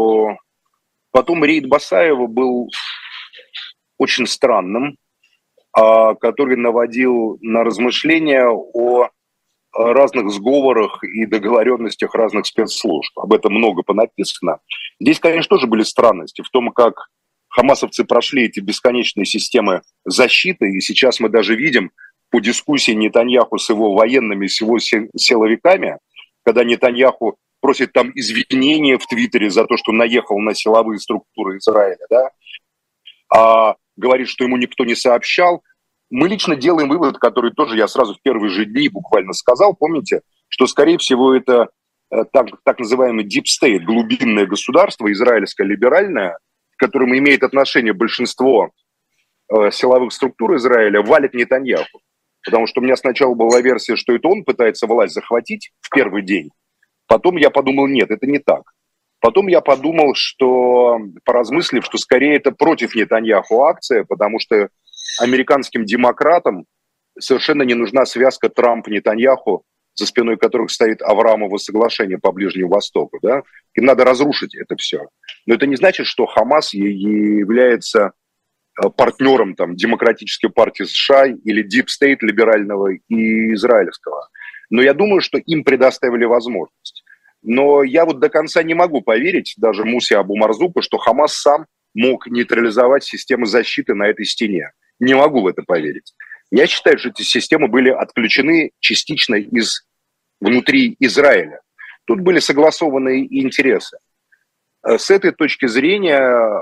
[SPEAKER 2] потом рейд Басаева был очень странным. который наводил на размышления о разных сговорах и договоренностях разных спецслужб. Об этом много понаписано. Здесь, конечно, тоже были странности в том, как хамасовцы прошли эти бесконечные системы защиты, и сейчас мы даже видим по дискуссии Нетаньяху с его военными, с его силовиками, когда Нетаньяху просит там извинения в Твиттере за то, что наехал на силовые структуры Израиля, да, а говорит, что ему никто не сообщал. Мы лично делаем вывод, который тоже я сразу в первые же дни буквально сказал, помните, что, скорее всего, это так называемый deep state, глубинное государство, израильское либеральное, к которому имеет отношение большинство силовых структур Израиля, валит Нетаньяху. Потому что у меня сначала была версия, что это он пытается власть захватить в первый день. Потом я подумал, нет, это не так. Потом я подумал, что, поразмыслив, что скорее это против Нетаньяху акция, потому что американским демократам совершенно не нужна связка Трамп-Нетаньяху, за спиной которых стоит Авраамово соглашение по Ближнему Востоку. Да? Им надо разрушить это все. Но это не значит, что Хамас является партнером там, Демократической партии США или Deep State либерального и израильского. Но я думаю, что им предоставили возможность. Но я вот до конца не могу поверить, даже Мусе Абу-Марзуку, что Хамас сам мог нейтрализовать системы защиты на этой стене. Не могу в это поверить. Я считаю, что эти системы были отключены частично внутри Израиля. Тут были согласованные интересы. С этой точки зрения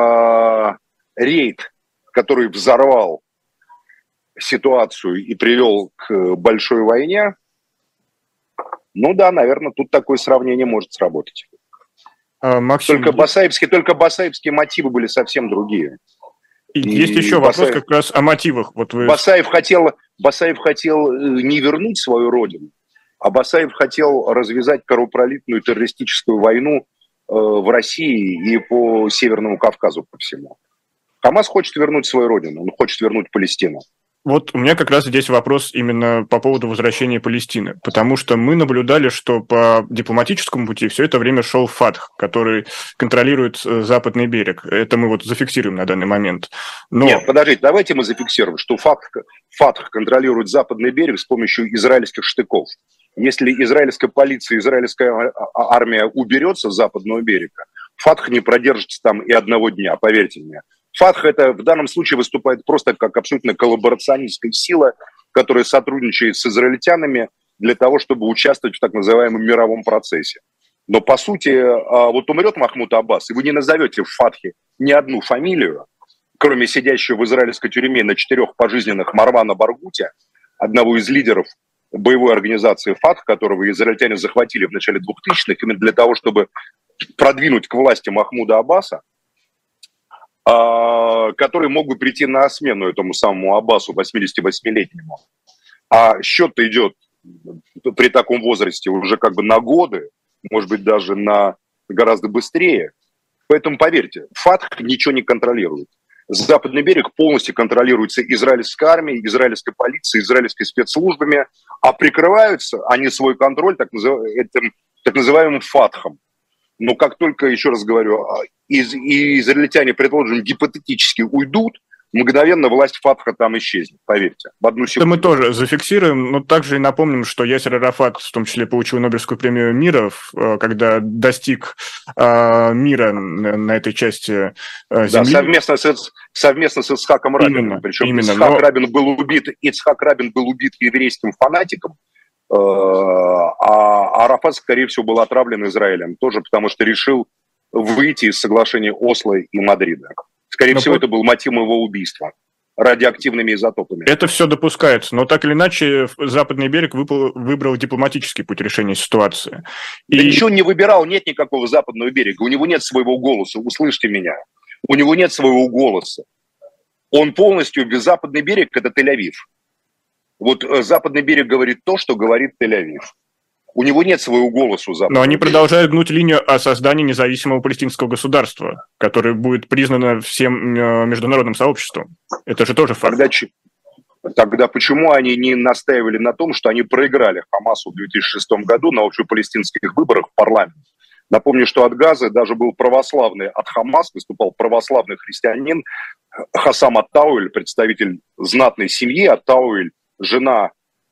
[SPEAKER 2] рейд, который взорвал ситуацию и привел к большой войне, ну да, наверное, тут такое сравнение может сработать.
[SPEAKER 1] Максим,
[SPEAKER 2] только басаевские мотивы были совсем другие.
[SPEAKER 1] Есть еще вопрос как раз о мотивах. Вот вы...
[SPEAKER 2] Басаев хотел не вернуть свою родину, а Басаев хотел развязать кровопролитную террористическую войну в России и по Северному Кавказу по всему. Хамас хочет вернуть свою родину, он хочет вернуть Палестину.
[SPEAKER 1] Вот у меня как раз здесь вопрос именно по поводу возвращения Палестины, потому что мы наблюдали, что по дипломатическому пути все это время шел ФАТХ, который контролирует западный берег. Это мы вот зафиксируем на данный момент. Но...
[SPEAKER 2] Нет, подождите, давайте мы зафиксируем, что ФАТХ контролирует западный берег с помощью израильских штыков. Если израильская полиция, израильская армия уберется с западного берега, ФАТХ не продержится там и одного дня, поверьте мне. ФАТХ это в данном случае выступает просто как абсолютно коллаборационистская сила, которая сотрудничает с израильтянами для того, чтобы участвовать в так называемом мировом процессе. Но по сути, вот умрет Махмуд Аббас, и вы не назовете в ФАТХе ни одну фамилию, кроме сидящего в израильской тюрьме на 4 пожизненных Марвана Баргуте, одного из лидеров боевой организации ФАТХ, которого израильтяне захватили в начале 2000-х, именно для того, чтобы продвинуть к власти Махмуда Аббаса, который мог бы прийти на смену этому самому Аббасу, 88-летнему. А счет-то идет при таком возрасте уже как бы на годы, может быть, даже на гораздо быстрее. Поэтому, поверьте, ФАТХ ничего не контролирует. Западный берег полностью контролируется израильской армией, израильской полицией, израильскими спецслужбами, а прикрываются они свой контроль этим так называемым ФАТХом. Но как только, еще раз говорю, израильтяне, предположим, гипотетически уйдут, мгновенно власть ФАТХа там исчезнет, поверьте, в одну секунду.
[SPEAKER 1] Это мы тоже зафиксируем, но также и напомним, что Ясер Арафат в том числе получил Нобелевскую премию мира, когда достиг мира на этой части земли.
[SPEAKER 2] Да, совместно с Ицхаком Рабином. Причем Ицхак Рабин был убит еврейским фанатиком, а Арафат, скорее всего, был отравлен Израилем, тоже потому что решил выйти из соглашений Осло и Мадрида. Скорее всего, это был мотив его убийства радиоактивными изотопами.
[SPEAKER 1] Это все допускается, но так или иначе Западный берег выбрал дипломатический путь решения ситуации.
[SPEAKER 2] Да ничего не выбирал, нет никакого Западного берега, у него нет своего голоса, услышьте меня. У него нет своего голоса. Он полностью, Западный берег – это Тель-Авив. Вот Западный берег говорит то, что говорит Тель-Авив. У него нет своего голоса у Запада.
[SPEAKER 1] Но они продолжают гнуть линию о создании независимого палестинского государства, которое будет признано всем международным сообществом. Это же тоже факт.
[SPEAKER 2] Тогда почему они не настаивали на том, что они проиграли Хамасу в 2006 году на общепалестинских выборах в парламент? Напомню, что от Газы даже был православный, от Хамас выступал православный христианин Хасам ат-Тауэль, представитель знатной семьи ат-Тауэль, жена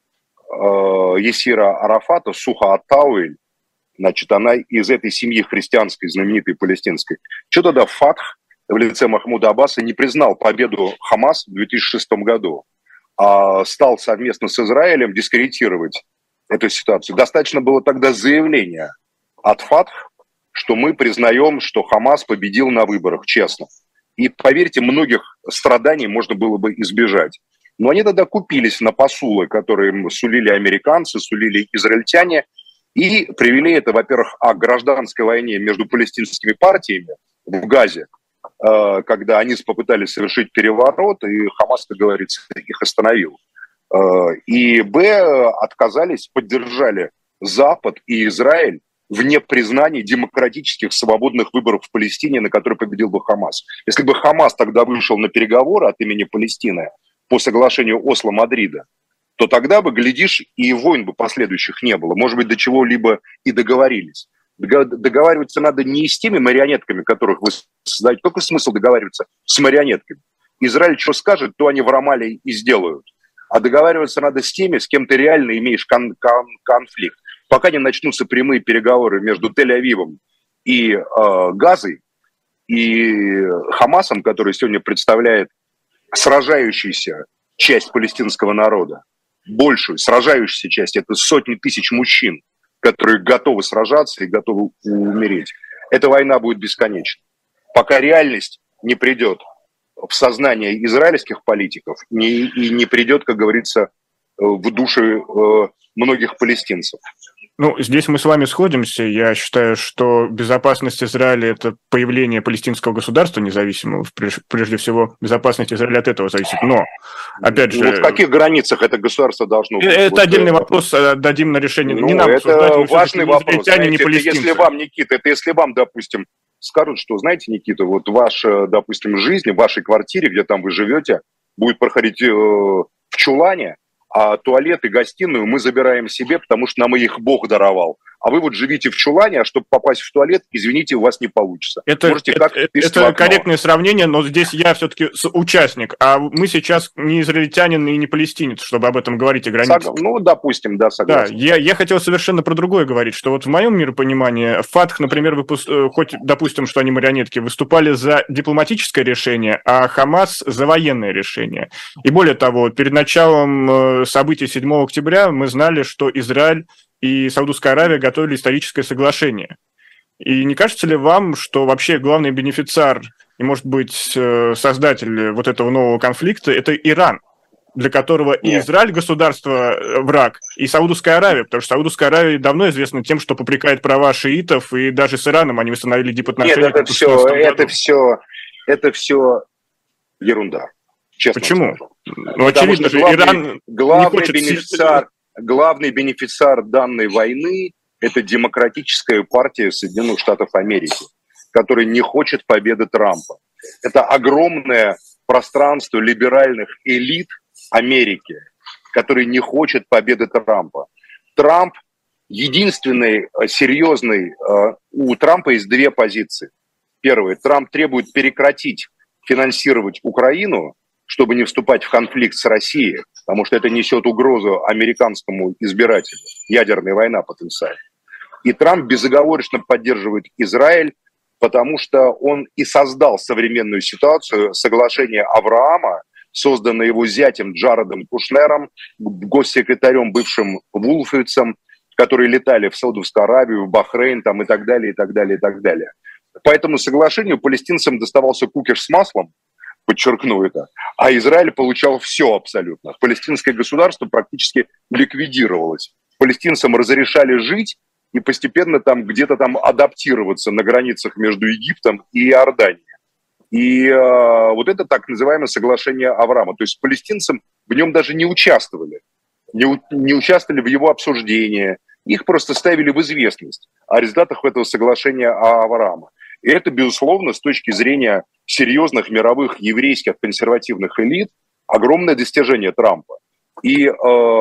[SPEAKER 2] Ясира Арафата, Суха ат-Тауэль, значит, она из этой семьи христианской, знаменитой палестинской. Что тогда Фатх в лице Махмуда Аббаса не признал победу Хамас в 2006 году, а стал совместно с Израилем дискредитировать эту ситуацию? Достаточно было тогда заявления от Фатх, что мы признаем, что Хамас победил на выборах, честно. И, поверьте, многих страданий можно было бы избежать. Но они тогда купились на посулы, которые сулили американцы, сулили израильтяне, и привели это, во-первых, к гражданской войне между палестинскими партиями в Газе, когда они попытались совершить переворот, и Хамас, как говорится, их остановил. И, отказались, поддержали Запад и Израиль в непризнании демократических свободных выборов в Палестине, на которые победил бы Хамас. Если бы Хамас тогда вышел на переговоры от имени Палестины по соглашению Осло-Мадрида, то тогда бы, глядишь, и войн бы последующих не было. Может быть, до чего-либо и договорились. Договариваться надо не с теми марионетками, которых вы создаете. Какой смысл договариваться с марионетками? Израиль что скажет, то они в Рамале и сделают. А договариваться надо с теми, с кем ты реально имеешь конфликт. Пока не начнутся прямые переговоры между Тель-Авивом и Газой, и Хамасом, который сегодня представляет сражающуюся часть палестинского народа, большую сражающуюся часть, это сотни тысяч мужчин, которые готовы сражаться и готовы умереть. Эта война будет бесконечна. Пока реальность не придет в сознание израильских политиков и не придет, как говорится, в души многих палестинцев.
[SPEAKER 1] Ну, здесь мы с вами сходимся. Я считаю, что безопасность Израиля – это появление палестинского государства независимого. Прежде всего, безопасность Израиля от этого зависит. Но, опять же…
[SPEAKER 2] Вот в каких границах это государство должно быть?
[SPEAKER 1] Это отдельный вопрос, дадим на решение.
[SPEAKER 2] Ну,
[SPEAKER 1] не нам
[SPEAKER 2] это важный вопрос. Знаете,
[SPEAKER 1] не палестинцы.
[SPEAKER 2] Если вам, Никита, если вам, допустим, скажут, что, знаете, Никита, вот ваша, допустим, жизнь в вашей квартире, где там вы живете, будет проходить в чулане, а туалет и гостиную мы забираем себе, потому что нам их Бог даровал. А вы вот живите в чулане, а чтобы попасть в туалет, извините, у вас не получится.
[SPEAKER 1] Это корректное сравнение, но здесь я все-таки участник, а мы сейчас не израильтянин и не палестинец, чтобы об этом говорить о границах.
[SPEAKER 2] Ну, допустим, да, согласен.
[SPEAKER 1] Да, я хотел совершенно про другое говорить, что вот в моем миропонимании Фатх, например, хоть допустим, что они марионетки, выступали за дипломатическое решение, а Хамас за военное решение. И более того, перед началом событий 7 октября мы знали, что Израиль и Саудовская Аравия готовили историческое соглашение. И не кажется ли вам, что вообще главный бенефициар и, может быть, создатель вот этого нового конфликта – это Иран, для которого и Израиль государство враг, и Саудовская Аравия, потому что Саудовская Аравия давно известна тем, что попрекает права шиитов, и даже с Ираном они восстановили дипотношения.
[SPEAKER 2] Нет, это все ерунда. Честно.
[SPEAKER 1] Почему? Ну, очевидно же, Иран
[SPEAKER 2] главный бенефициар данной войны – это Демократическая партия Соединенных Штатов Америки, которая не хочет победы Трампа. Это огромное пространство либеральных элит Америки, которые не хочет победы Трампа. Трамп единственный серьезный, у Трампа есть две позиции. Первое, Трамп требует прекратить финансировать Украину, чтобы не вступать в конфликт с Россией, потому что это несет угрозу американскому избирателю, ядерная война потенциально. И Трамп безоговорочно поддерживает Израиль, потому что он и создал современную ситуацию, соглашение Авраама, созданное его зятем Джаредом Кушнером, госсекретарем бывшим Вулфельцем, которые летали в Саудовскую Аравию, в Бахрейн там, и так далее, и так далее, и так далее. По этому соглашению палестинцам доставался кукиш с маслом, подчеркну это, а Израиль получал все абсолютно. Палестинское государство практически ликвидировалось. Палестинцам разрешали жить и постепенно там где-то там адаптироваться на границах между Египтом и Иорданией. И вот это так называемое соглашение Авраама. То есть палестинцам в нем даже не участвовали. Не участвовали в его обсуждении. Их просто ставили в известность о результатах этого соглашения Авраама. И это, безусловно, с точки зрения серьезных мировых еврейских консервативных элит, огромное достижение Трампа. И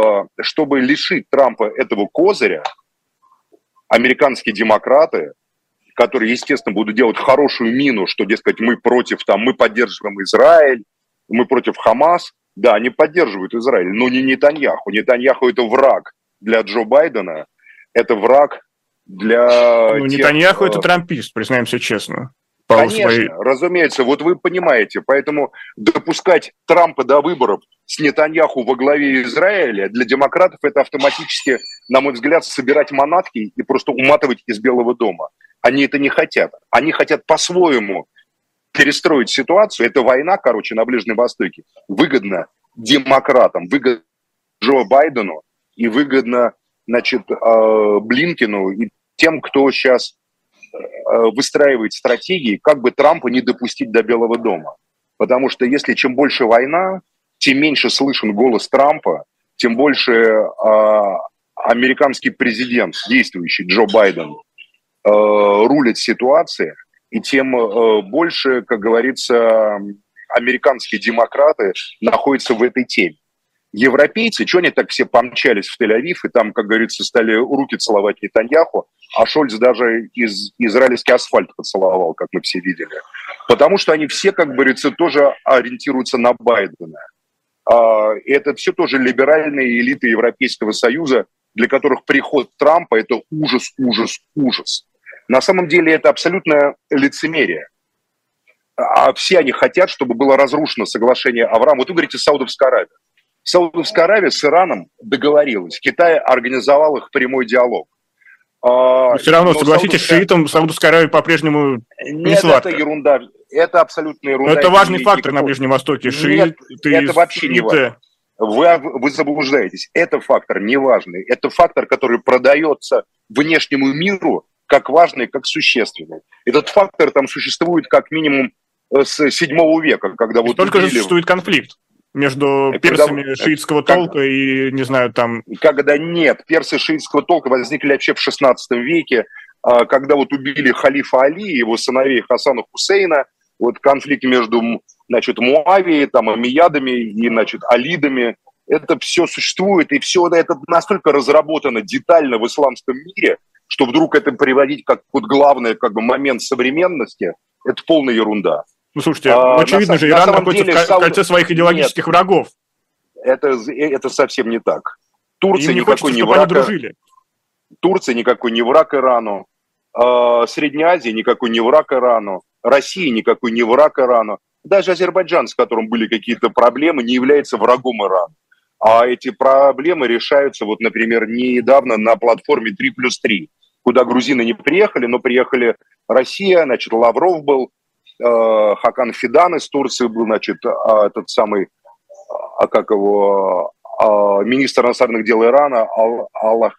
[SPEAKER 2] чтобы лишить Трампа этого козыря, американские демократы которые, естественно, будут делать хорошую мину, что, дескать, мы против, там, мы поддерживаем Израиль, мы против Хамас. Да, они поддерживают Израиль, но не Нетаньяху. Нетаньяху – это враг для Джо Байдена, это враг для
[SPEAKER 1] Ну,
[SPEAKER 2] тех...
[SPEAKER 1] Нетаньяху – это трампист, признаемся честно.
[SPEAKER 2] Конечно, разумеется, вот вы понимаете, поэтому допускать Трампа до выборов с Нетаньяху во главе Израиля для демократов это автоматически, на мой взгляд, собирать манатки и просто уматывать из Белого дома. Они это не хотят. Они хотят по-своему перестроить ситуацию. Это война, короче, на Ближнем Востоке. Выгодно демократам, выгодно Джо Байдену и выгодно, значит, Блинкену и тем, кто сейчас выстраивает стратегии, как бы Трампа не допустить до Белого дома. Потому что если чем больше война, тем меньше слышен голос Трампа, тем больше американский президент, действующий Джо Байден, рулит ситуацией, и тем больше, как говорится, американские демократы находятся в этой теме. Европейцы, что они так все помчались в Тель-Авив, и там, как говорится, стали руки целовать Нетаньяху, а Шольц даже израильский асфальт поцеловал, как мы все видели. Потому что они все, как говорится, тоже ориентируются на Байдена. Это все тоже либеральные элиты Европейского Союза, для которых приход Трампа – это ужас, ужас, ужас. На самом деле это абсолютное лицемерие. А все они хотят, чтобы было разрушено соглашение Авраама. Вот вы говорите, Саудовская Аравия. Саудовская Аравия с Ираном договорилась. Китай организовал их прямой диалог.
[SPEAKER 1] Но все равно, согласитесь, шиитам Саудовская Аравия по-прежнему не сладко.
[SPEAKER 2] Это ерунда. Это абсолютно ерунда.
[SPEAKER 1] Но это важный фактор на Ближнем Востоке.
[SPEAKER 2] Нет, это вообще не важно. Вы заблуждаетесь. Это фактор не важный. Это фактор, который продается внешнему миру как важный, как существенный. Этот фактор там существует как минимум с 7 века, когда вот
[SPEAKER 1] только же существует конфликт между персами шиитского толка и, не знаю, там...
[SPEAKER 2] Когда нет, персы шиитского толка возникли вообще в 16 веке, когда вот убили халифа Али и его сыновей Хасана Хусейна, вот конфликт между, значит, Муавией, там, Амиядами и, значит, Алидами, это все существует, и все это настолько разработано детально в исламском мире, что вдруг это приводить как вот главный как бы момент современности, это полная ерунда.
[SPEAKER 1] Ну, слушайте, очевидно же, Иран находится в кольце своих идеологических врагов.
[SPEAKER 2] Это совсем не так. Турция
[SPEAKER 1] им не
[SPEAKER 2] никакой
[SPEAKER 1] хочется,
[SPEAKER 2] не враг.
[SPEAKER 1] Турция
[SPEAKER 2] никакой не враг Ирану. Средняя Азия никакой не враг Ирану. Россия никакой не враг Ирану. Даже Азербайджан, с которым были какие-то проблемы, не является врагом Ирана. А эти проблемы решаются, вот, например, недавно на платформе 3+3, куда грузины не приехали, но приехали Россия, значит, Лавров был, Хакан Фидан из Турции был, значит, этот самый, как его, министр иностранных дел Ирана, Аллах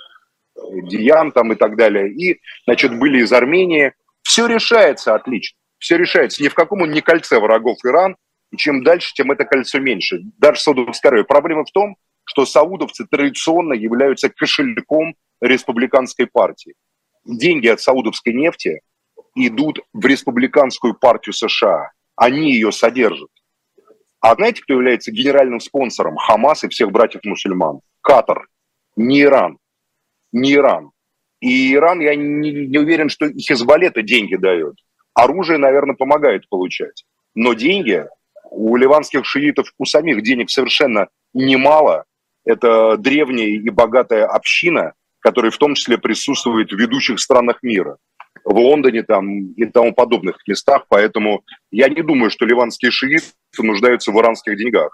[SPEAKER 2] Диян там и так далее. И, значит, были из Армении. Все решается отлично, все решается. Ни в каком он не кольце врагов Иран, и чем дальше, тем это кольцо меньше. Даже Саудовская Аравия. Проблема в том, что саудовцы традиционно являются кошельком республиканской партии. Деньги от саудовской нефти идут в республиканскую партию США. Они ее содержат. А знаете, кто является генеральным спонсором Хамас и всех братьев-мусульман? Катар. Не Иран. Не Иран. И Иран, я не уверен, что и Хизбалле это деньги дает. Оружие, наверное, помогает получать. Но деньги у ливанских шиитов, у самих денег совершенно немало. Это древняя и богатая община, которая в том числе присутствует в ведущих странах мира. В Лондоне там и тому подобных местах. Поэтому я не думаю, что ливанские шииты нуждаются в иранских деньгах.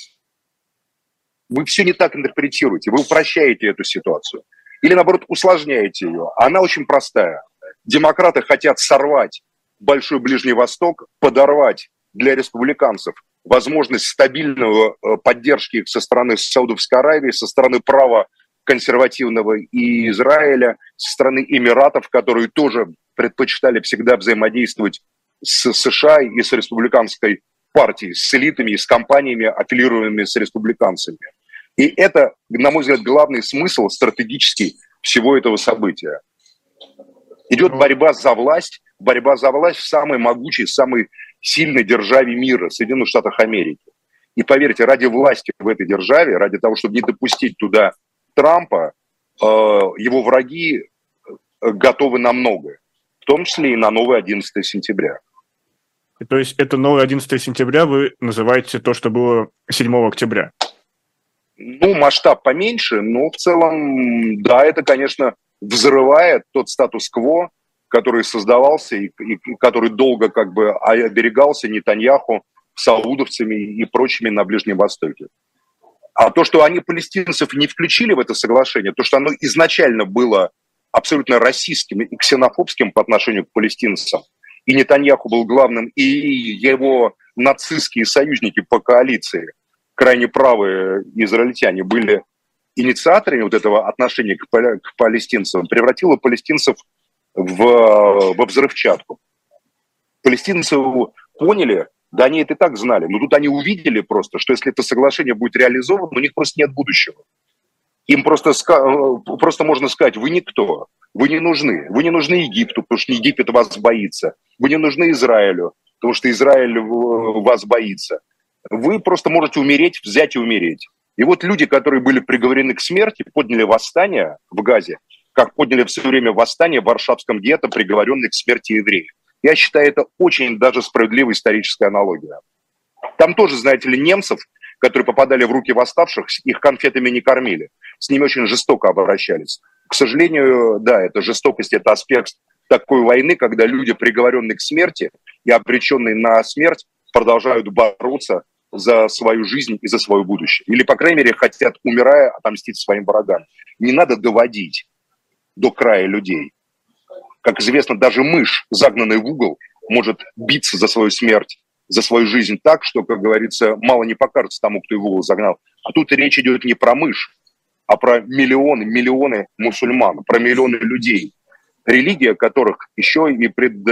[SPEAKER 2] Вы все не так интерпретируете. Вы упрощаете эту ситуацию. Или, наоборот, усложняете ее. Она очень простая. Демократы хотят сорвать Большой Ближний Восток, подорвать для республиканцев возможность стабильного поддержки их со стороны Саудовской Аравии, со стороны права консервативного и Израиля, со стороны Эмиратов, которые тоже предпочитали всегда взаимодействовать с США и с республиканской партией, с элитами и с компаниями, аффилированными с республиканцами. И это, на мой взгляд, главный смысл стратегический всего этого события. Идет борьба за власть в самой могучей, самой сильной державе мира, Соединенных Штатах Америки. И поверьте, ради власти в этой державе, ради того, чтобы не допустить туда Трампа, его враги готовы на многое. В том числе и на новое 11 сентября.
[SPEAKER 1] То есть это новое 11 сентября вы называете то, что было 7 октября?
[SPEAKER 2] Ну, масштаб поменьше, но в целом, да, это, конечно, взрывает тот статус-кво, который создавался и который долго как бы оберегался Нетаньяху, саудовцами и прочими на Ближнем Востоке. А то, что они палестинцев не включили в это соглашение, то, что оно изначально было абсолютно расистским и ксенофобским по отношению к палестинцам, и Нетаньяху был главным, и его нацистские союзники по коалиции, крайне правые израильтяне, были инициаторами вот этого отношения к палестинцам, превратило палестинцев во взрывчатку. Палестинцы поняли, да они это и так знали, но тут они увидели просто, что если это соглашение будет реализовано, у них просто нет будущего. Им просто можно сказать, вы никто, вы не нужны Египту, потому что Египет вас боится, вы не нужны Израилю, потому что Израиль вас боится. Вы просто можете умереть, взять и умереть. И вот люди, которые были приговорены к смерти, подняли восстание в Газе, как подняли в свое время восстание в Варшавском гетто, приговоренные к смерти евреи. Я считаю, это очень даже справедливая историческая аналогия. Там тоже, знаете ли, немцев, которые попадали в руки восставших, их конфетами не кормили. С ними очень жестоко обращались. К сожалению, да, это жестокость, это аспект такой войны, когда люди, приговоренные к смерти и обреченные на смерть, продолжают бороться за свою жизнь и за свое будущее. Или, по крайней мере, хотят, умирая, отомстить своим врагам. Не надо доводить до края людей. Как известно, даже мышь, загнанная в угол, может биться за свою смерть, за свою жизнь так, что, как говорится, мало не покажется тому, кто его в угол загнал. А тут речь идет не про мышь, а про миллионы мусульман, про миллионы людей, религия которых еще и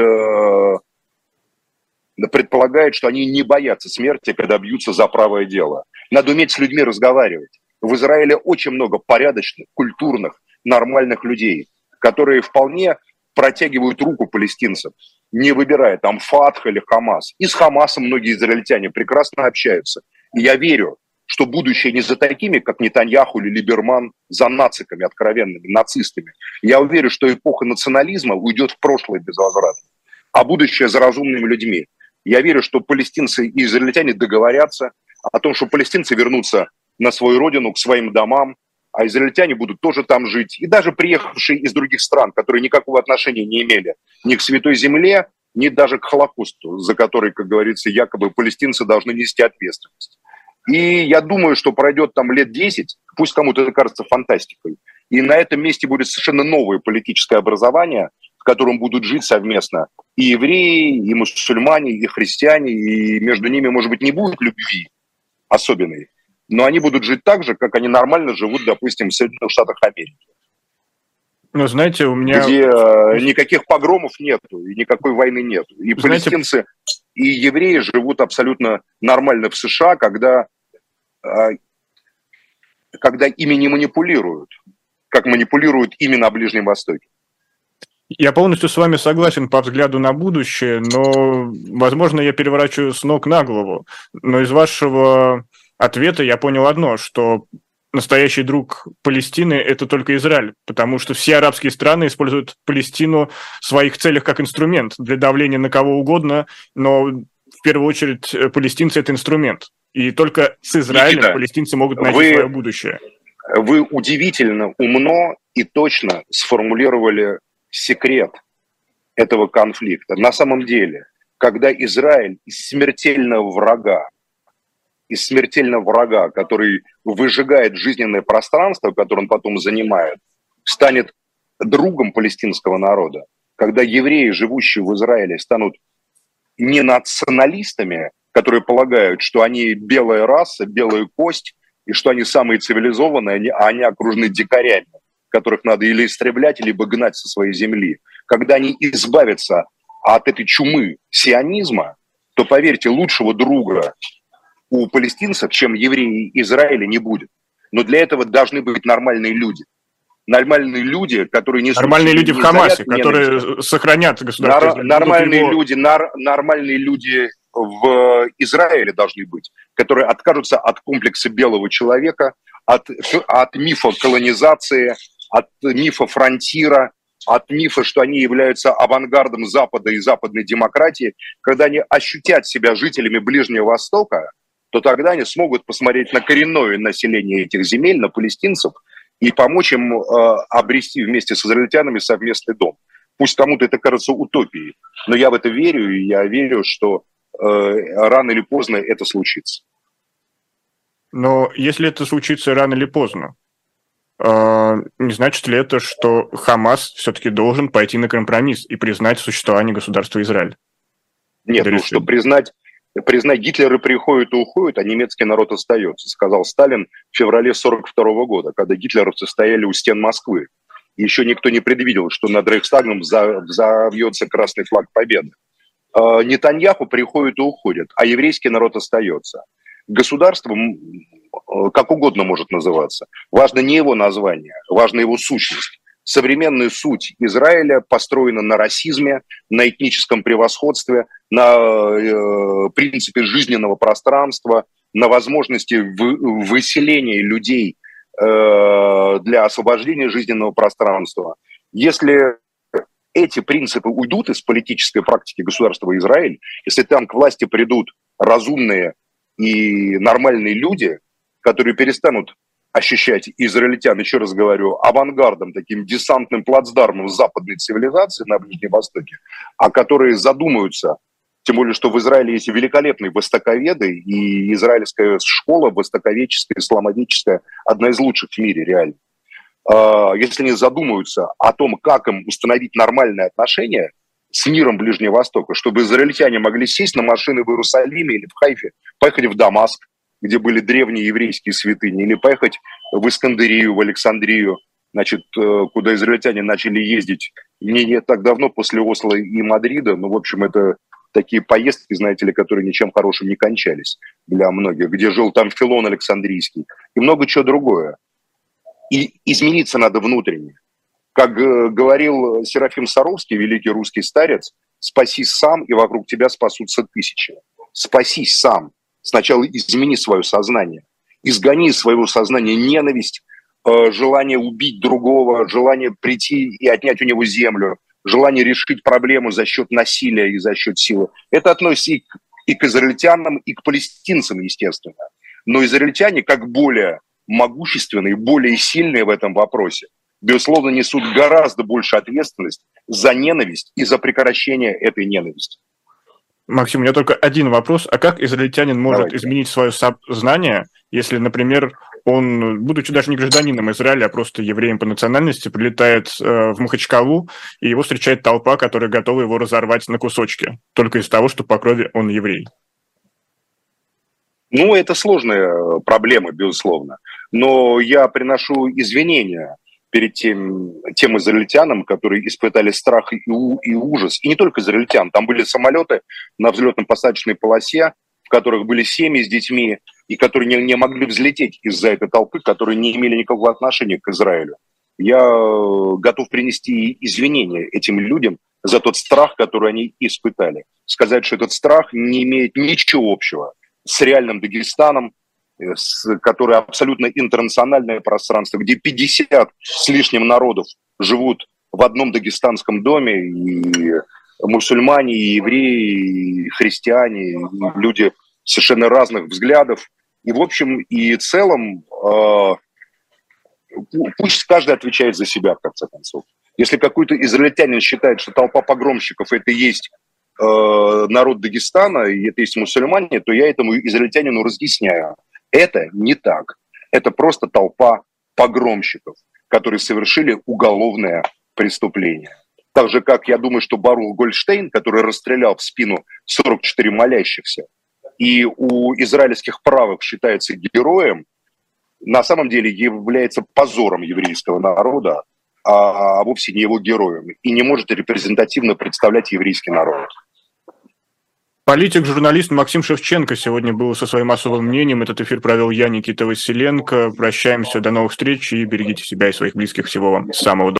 [SPEAKER 2] предполагает, что они не боятся смерти, когда бьются за правое дело. Надо уметь с людьми разговаривать. В Израиле очень много порядочных, культурных, нормальных людей, которые вполне протягивают руку палестинцам, не выбирая там Фатх или Хамас. И с Хамасом многие израильтяне прекрасно общаются. И я верю, что будущее не за такими, как Нетаньяху или Либерман, за нациками откровенными, нацистами. Я уверен, что эпоха национализма уйдет в прошлое безвозвратно, а будущее за разумными людьми. Я верю, что палестинцы и израильтяне договорятся о том, что палестинцы вернутся на свою родину, к своим домам, а израильтяне будут тоже там жить. И даже приехавшие из других стран, которые никакого отношения не имели ни к Святой Земле, ни даже к Холокосту, за который, как говорится, якобы палестинцы должны нести ответственность. И я думаю, что пройдет там лет 10, пусть кому-то это кажется фантастикой, и на этом месте будет совершенно новое политическое образование, в котором будут жить совместно и евреи, и мусульмане, и христиане, и между ними, может быть, не будет любви особенной, но они будут жить так же, как они нормально живут, допустим, в Соединенных Штатах Америки.
[SPEAKER 1] Ну, знаете, у меня...
[SPEAKER 2] Где никаких погромов нету, и никакой войны нету. И палестинцы, и евреи живут абсолютно нормально в США, когда ими не манипулируют, как манипулируют ими на Ближнем Востоке.
[SPEAKER 1] Я полностью с вами согласен по взгляду на будущее, но, возможно, я переворачиваю с ног на голову. Но из вашего ответа я понял одно, что настоящий друг Палестины – это только Израиль, потому что все арабские страны используют Палестину в своих целях как инструмент для давления на кого угодно, но в первую очередь палестинцы – это инструмент. И только с Израилем Никита, палестинцы могут найти свое будущее.
[SPEAKER 2] Вы удивительно умно и точно сформулировали секрет этого конфликта. На самом деле, когда Израиль из смертельного врага, который выжигает жизненное пространство, которое он потом занимает, станет другом палестинского народа, когда евреи, живущие в Израиле, станут не националистами, которые полагают, что они белая раса, белая кость, и что они самые цивилизованные, а они окружены дикарями, которых надо или истреблять, либо гнать со своей земли. Когда они избавятся от этой чумы сионизма, то, поверьте, лучшего друга у палестинцев, чем евреи Израиля, не будет. Но для этого должны быть нормальные люди. Нормальные люди, которые не...
[SPEAKER 1] Нормальные люди в Хамасе, которые сохранят государство.
[SPEAKER 2] Нормальные люди в Израиле должны быть, которые откажутся от комплекса белого человека, от мифа колонизации, от мифа фронтира, от мифа, что они являются авангардом Запада и западной демократии, когда они ощутят себя жителями Ближнего Востока, то тогда они смогут посмотреть на коренное население этих земель, на палестинцев, и помочь им обрести вместе с израильтянами совместный дом. Пусть кому-то это кажется утопией, но я в это верю, и я верю, что рано или поздно это случится.
[SPEAKER 1] Но если это случится рано или поздно, не значит ли это, что Хамас все-таки должен пойти на компромисс и признать существование государства Израиль?
[SPEAKER 2] Нет, ну что признать Гитлера приходит и уходит, а немецкий народ остается, сказал Сталин в феврале 1942 года, когда гитлеровцы стояли у стен Москвы. И еще никто не предвидел, что над Рейхстагом завьется красный флаг победы. Нетаньяху приходит и уходит, а еврейский народ остается. Государство как угодно может называться. Важно не его название, важна его сущность. Современная суть Израиля построена на расизме, на этническом превосходстве, на принципе жизненного пространства, на возможности выселения людей для освобождения жизненного пространства. Если эти принципы уйдут из политической практики государства Израиль, если там к власти придут разумные и нормальные люди, которые перестанут ощущать израильтян, еще раз говорю, авангардом, таким десантным плацдармом западной цивилизации на Ближнем Востоке, а которые задумаются, тем более, что в Израиле есть великолепные востоковеды, и израильская школа востоковедческая, исламоведческая, одна из лучших в мире, реально. Если они задумаются о том, как им установить нормальные отношения с миром Ближнего Востока, чтобы израильтяне могли сесть на машины в Иерусалиме или в Хайфе, поехать в Дамаск, где были древние еврейские святыни, или поехать в Искандрию, в Александрию, значит, куда израильтяне начали ездить не так давно, после Осло и Мадрида. Ну, в общем, это такие поездки, знаете ли, которые ничем хорошим не кончались для многих, где жил там Филон Александрийский и много чего другое. И измениться надо внутренне. Как говорил Серафим Саровский, великий русский старец, спасись сам, и вокруг тебя спасутся тысячи. Спасись сам. Сначала измени свое сознание. Изгони из своего сознания ненависть, желание убить другого, желание прийти и отнять у него землю, желание решить проблему за счет насилия и за счет силы. Это относится и к израильтянам, и к палестинцам, естественно. Но израильтяне, как более могущественные, более сильные в этом вопросе, безусловно, несут гораздо больше ответственность за ненависть и за прекращение этой ненависти.
[SPEAKER 1] Максим, у меня только один вопрос. А как израильтянин может изменить свое сознание, если, например, он, будучи даже не гражданином Израиля, а просто евреем по национальности, прилетает в Махачкалу, и его встречает толпа, которая готова его разорвать на кусочки, только из-за того, что по крови он еврей?
[SPEAKER 2] Ну, это сложная проблема, безусловно. Но я приношу извинения перед тем израильтянам, которые испытали страх и ужас. И не только израильтян. Там были самолеты на взлетно-посадочной полосе, в которых были семьи с детьми, и которые не могли взлететь из-за этой толпы, которые не имели никакого отношения к Израилю. Я готов принести извинения этим людям за тот страх, который они испытали. Сказать, что этот страх не имеет ничего общего с реальным Дагестаном, который абсолютно интернациональное пространство, где 50 с лишним народов живут в одном дагестанском доме, и мусульмане, и евреи, и христиане, и люди совершенно разных взглядов. И в общем и целом пусть каждый отвечает за себя, в конце концов. Если какой-то израильтянин считает, что толпа погромщиков – это и есть народ Дагестана, и это есть мусульмане, то я этому израильтянину разъясняю. Это не так. Это просто толпа погромщиков, которые совершили уголовное преступление. Так же, как я думаю, что Барух Гольдштейн, который расстрелял в спину 44 молящихся, и у израильских правых считается героем, на самом деле является позором еврейского народа, а вовсе не его героем, и не может репрезентативно представлять еврейский народ.
[SPEAKER 1] Политик-журналист Максим Шевченко сегодня был со своим особым мнением. Этот эфир провел я, Никита Василенко. Прощаемся, до новых встреч и берегите себя и своих близких. Всего вам самого доброго.